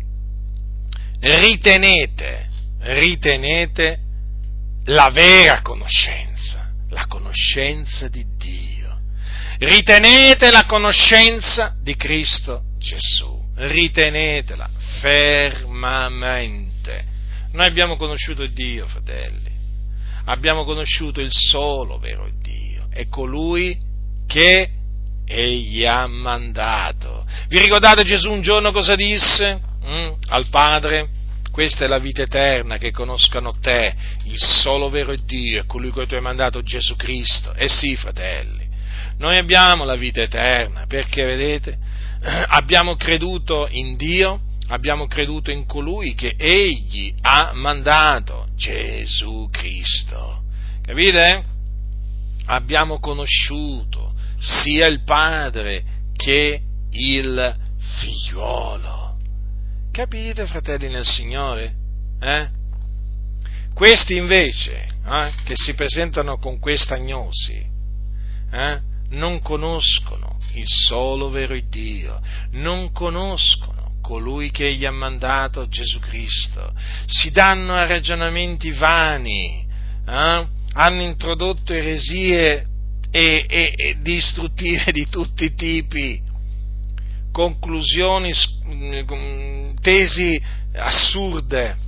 ritenete, ritenete la vera conoscenza, la conoscenza di Dio. Ritenete la conoscenza di Cristo Gesù. Ritenetela fermamente. Noi abbiamo conosciuto Dio, fratelli. Abbiamo conosciuto il solo vero Dio, è colui che Egli ha mandato. Vi ricordate Gesù un giorno cosa disse? Mm? Al Padre? Questa è la vita eterna, che conoscano te, il solo vero Dio, e colui che tu hai mandato, Gesù Cristo. Eh sì, fratelli, noi abbiamo la vita eterna, perché, vedete, abbiamo creduto in Dio, abbiamo creduto in colui che Egli ha mandato, Gesù Cristo. Capite? Abbiamo conosciuto sia il Padre che il Figliuolo. Capite, fratelli nel Signore? Eh? Questi invece, eh, che si presentano con questa gnosi, eh, non conoscono il solo vero Dio, non conoscono colui che Egli ha mandato, Gesù Cristo, si danno a ragionamenti vani, eh? Hanno introdotto eresie e, e, e distruttive di tutti i tipi, conclusioni, tesi assurde,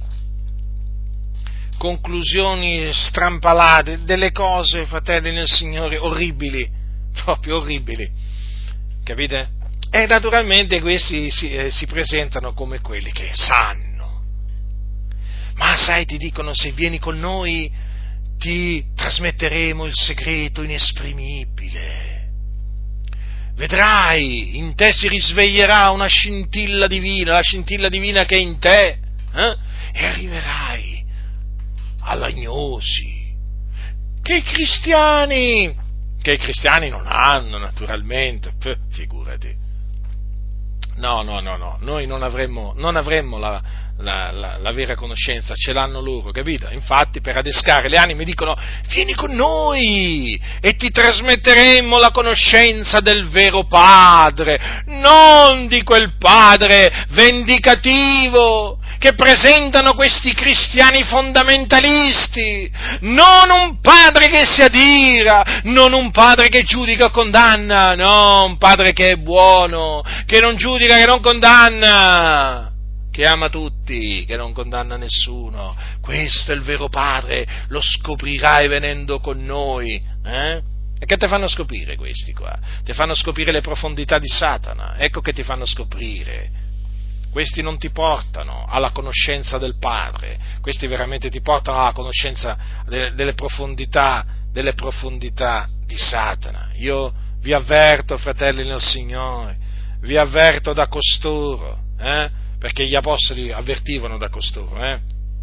conclusioni strampalate, delle cose, fratelli nel Signore, orribili, proprio orribili, capite? E naturalmente questi si, eh, si presentano come quelli che sanno. Ma sai, ti dicono, se vieni con noi ti trasmetteremo il segreto inesprimibile. Vedrai, in te si risveglierà una scintilla divina, la scintilla divina che è in te, eh? E arriverai alla gnosi che i cristiani, che i cristiani non hanno, naturalmente, figurati. No, no, no, no, noi non avremmo, non avremmo la, la, la, la vera conoscenza, ce l'hanno loro, capito? Infatti, per adescare le anime dicono: vieni con noi e ti trasmetteremo la conoscenza del vero Padre, non di quel Padre vendicativo che presentano questi cristiani fondamentalisti, non un Padre che si adira, non un Padre che giudica o condanna, no, un Padre che è buono, che non giudica, che non condanna, che ama tutti, che non condanna nessuno. Questo è il vero Padre, lo scoprirai venendo con noi, eh? E che ti fanno scoprire questi qua? Ti fanno scoprire le profondità di Satana, ecco che ti fanno scoprire. Questi non ti portano alla conoscenza del Padre, questi veramente ti portano alla conoscenza delle, delle profondità, delle profondità di Satana. Io vi avverto, fratelli nel Signore, vi avverto da costoro, eh? perché gli apostoli avvertivano da costoro, eh?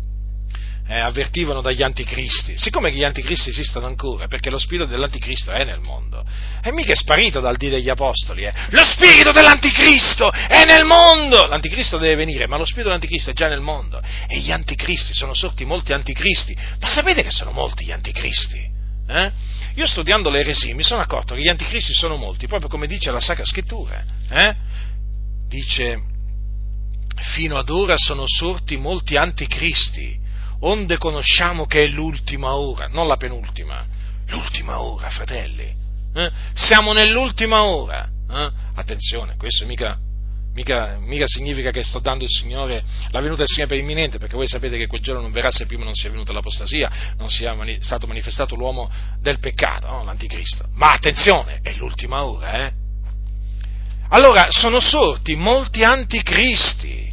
Eh, avvertivano dagli anticristi. Siccome gli anticristi esistono ancora, perché lo spirito dell'anticristo è nel mondo, e mica è sparito dal dì degli apostoli, eh. Lo spirito dell'anticristo è nel mondo! L'anticristo deve venire, ma lo spirito dell'anticristo è già nel mondo, e gli anticristi, sono sorti molti anticristi, ma sapete che sono molti gli anticristi? Eh? Io studiando le eresie mi sono accorto che gli anticristi sono molti, proprio come dice la Sacra Scrittura, eh? Dice, fino ad ora sono sorti molti anticristi, onde conosciamo che è l'ultima ora, non la penultima, l'ultima ora, fratelli. Eh? Siamo nell'ultima ora. Eh? Attenzione, questo mica, mica, mica significa che sto dando il Signore, la venuta del Signore per imminente, perché voi sapete che quel giorno non verrà se prima non sia venuta l'apostasia, non sia mani- stato manifestato l'uomo del peccato, no? L'anticristo. Ma attenzione, è l'ultima ora, eh? Allora, sono sorti molti anticristi.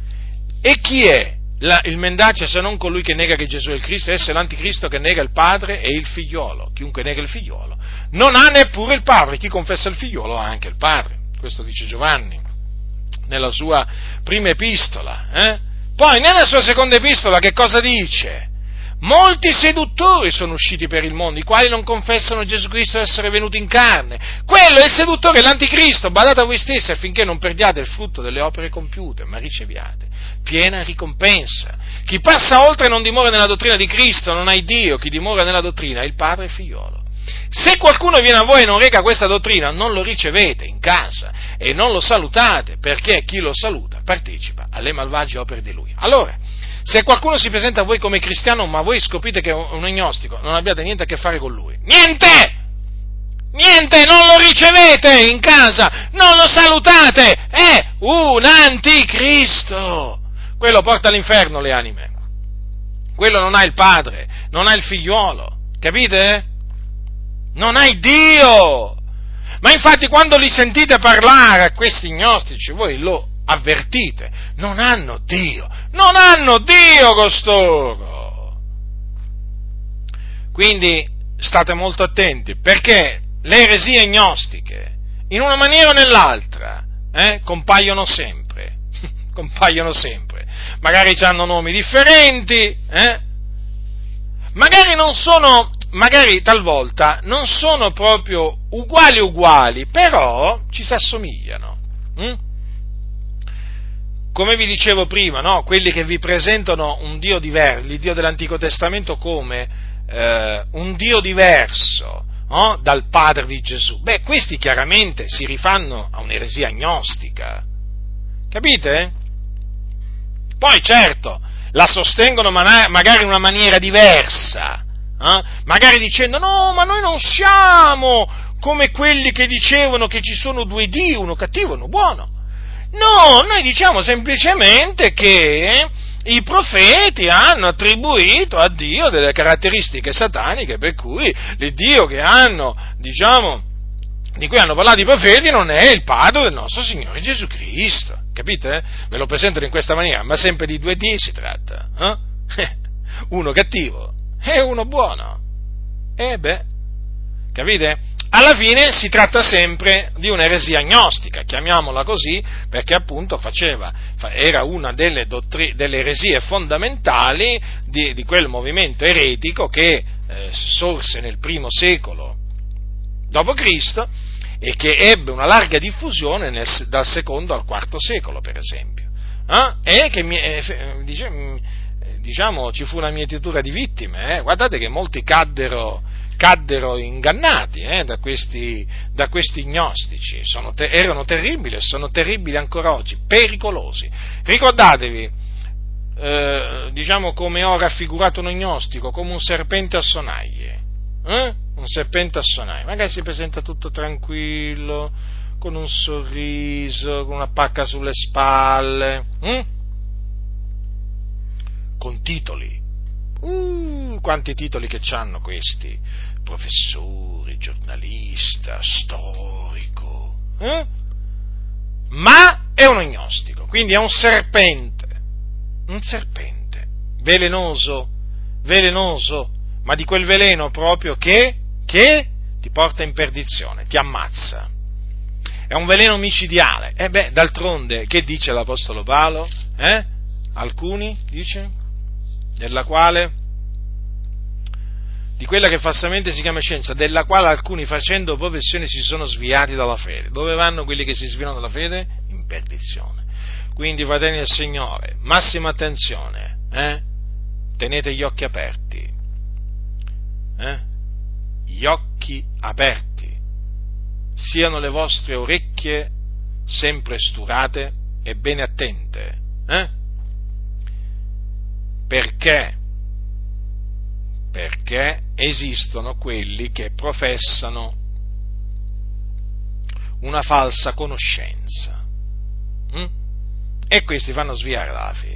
E chi è La, il mendace se non colui che nega che Gesù è il Cristo? Esso è l'anticristo che nega il padre e il figliolo. Chiunque nega il figliolo non ha neppure il padre, chi confessa il figliolo ha anche il padre. Questo dice Giovanni nella sua prima epistola. Eh? Poi nella sua seconda epistola che cosa dice? Molti seduttori sono usciti per il mondo, i quali non confessano Gesù Cristo essere venuto in carne. Quello è il seduttore, l'anticristo. Badate a voi stessi affinché non perdiate il frutto delle opere compiute, ma riceviate piena ricompensa. Chi passa oltre e non dimora nella dottrina di Cristo non ha il Dio, chi dimora nella dottrina è il Padre e il Figliolo. Se qualcuno viene a voi e non reca questa dottrina, non lo ricevete in casa e non lo salutate, perché chi lo saluta partecipa alle malvagie opere di lui. Allora, se qualcuno si presenta a voi come cristiano, ma voi scoprite che è un agnostico, non abbiate niente a che fare con lui. Niente! Niente, non lo ricevete in casa, non lo salutate, è un anticristo. Quello porta all'inferno le anime. Quello non ha il padre, non ha il figliuolo, capite? Non ha il Dio. Ma infatti quando li sentite parlare a questi gnostici, voi lo avvertite, non hanno Dio, non hanno Dio costoro. Quindi state molto attenti, perché le eresie gnostiche, in una maniera o nell'altra, eh, compaiono sempre, compaiono sempre. Magari hanno nomi differenti, eh? Magari non sono, magari talvolta non sono proprio uguali uguali, però ci si assomigliano. Hm? Come vi dicevo prima, no? Quelli che vi presentano un Dio diverso, il Dio dell'Antico Testamento come eh, un Dio diverso, no? Dal Padre di Gesù. Beh, questi chiaramente si rifanno a un'eresia gnostica, capite? Poi certo, la sostengono magari in una maniera diversa, eh? Magari dicendo no, ma noi non siamo come quelli che dicevano che ci sono due Dio, uno cattivo e uno buono. No, noi diciamo semplicemente che i profeti hanno attribuito a Dio delle caratteristiche sataniche, per cui l'Iddio che hanno, diciamo, di cui hanno parlato i profeti non è il Padre del nostro Signore Gesù Cristo. Capite? Ve lo presentano in questa maniera, ma sempre di due Dio si tratta. Eh? Uno cattivo e uno buono. E beh, capite? Alla fine si tratta sempre di un'eresia gnostica, chiamiamola così, perché appunto faceva, era una delle, dottri, delle eresie fondamentali di, di quel movimento eretico che eh, sorse nel primo secolo dopo Cristo e che ebbe una larga diffusione nel, dal secondo al quarto secolo, per esempio, eh? E che mi, eh, dice, diciamo ci fu una mietitura di vittime, eh? Guardate che molti caddero, caddero ingannati eh? da, questi, da questi gnostici, sono te, erano terribili e sono terribili ancora oggi, pericolosi. Ricordatevi, eh, diciamo come ho raffigurato uno gnostico, come un serpente a sonaglie. Eh? Un serpente a sonaglia, magari si presenta tutto tranquillo, con un sorriso, con una pacca sulle spalle, hm? Con titoli, uh, quanti titoli che c'hanno questi, professori, giornalista, storico, eh? Ma è un agnostico, quindi è un serpente, un serpente, velenoso, velenoso, ma di quel veleno proprio che, che ti porta in perdizione, ti ammazza. è un veleno micidiale. E beh, d'altronde, che dice l'Apostolo Paolo? Eh? Alcuni, dice, della quale, di quella che falsamente si chiama scienza, della quale alcuni facendo professione si sono sviati dalla fede. Dove vanno quelli che si sviano dalla fede? In perdizione. Quindi, fratelli del Signore, massima attenzione, eh? Tenete gli occhi aperti, eh? Gli occhi aperti, siano le vostre orecchie sempre sturate e bene attente, eh? Perché? Perché esistono quelli che professano una falsa conoscenza, hm? E questi fanno sviare dalla fede.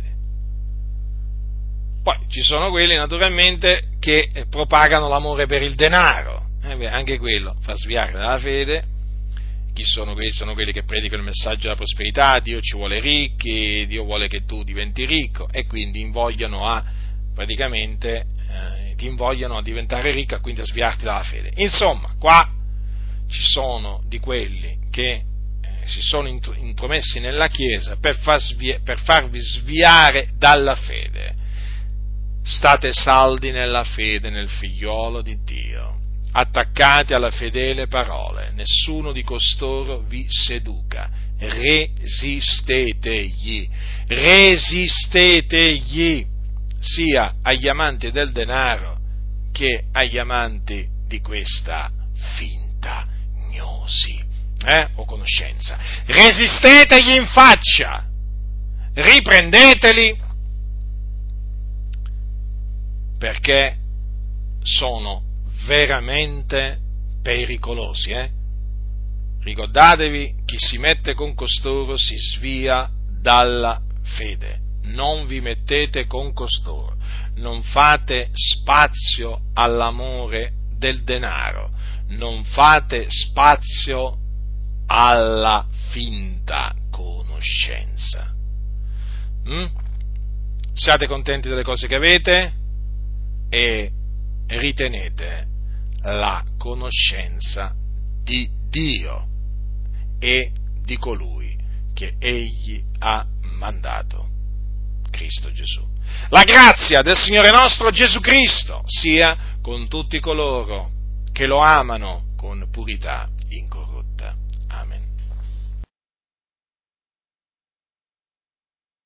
Poi ci sono quelli naturalmente che propagano l'amore per il denaro, eh, anche quello fa sviare dalla fede. Chi sono quelli? Sono quelli che predicano il messaggio della prosperità, Dio ci vuole ricchi, Dio vuole che tu diventi ricco, e quindi invogliano a, praticamente, eh, ti invogliano a diventare ricco e quindi a sviarti dalla fede. Insomma, qua ci sono di quelli che eh, si sono intromessi nella Chiesa per, far svia- per farvi sviare dalla fede. State saldi nella fede nel figliolo di Dio, attaccati alla fedele parole, nessuno di costoro vi seduca, resistetegli, resistetegli, sia agli amanti del denaro che agli amanti di questa finta gnosi, eh, o conoscenza. Resistetegli in faccia, riprendeteli, perché sono veramente pericolosi, eh? Ricordatevi, chi si mette con costoro si svia dalla fede. Non vi mettete con costoro, non fate spazio all'amore del denaro, non fate spazio alla finta conoscenza. Mm? Siate contenti delle cose che avete e ritenete la conoscenza di Dio e di colui che Egli ha mandato, Cristo Gesù. La grazia del Signore nostro Gesù Cristo sia con tutti coloro che lo amano con purità incorrotta.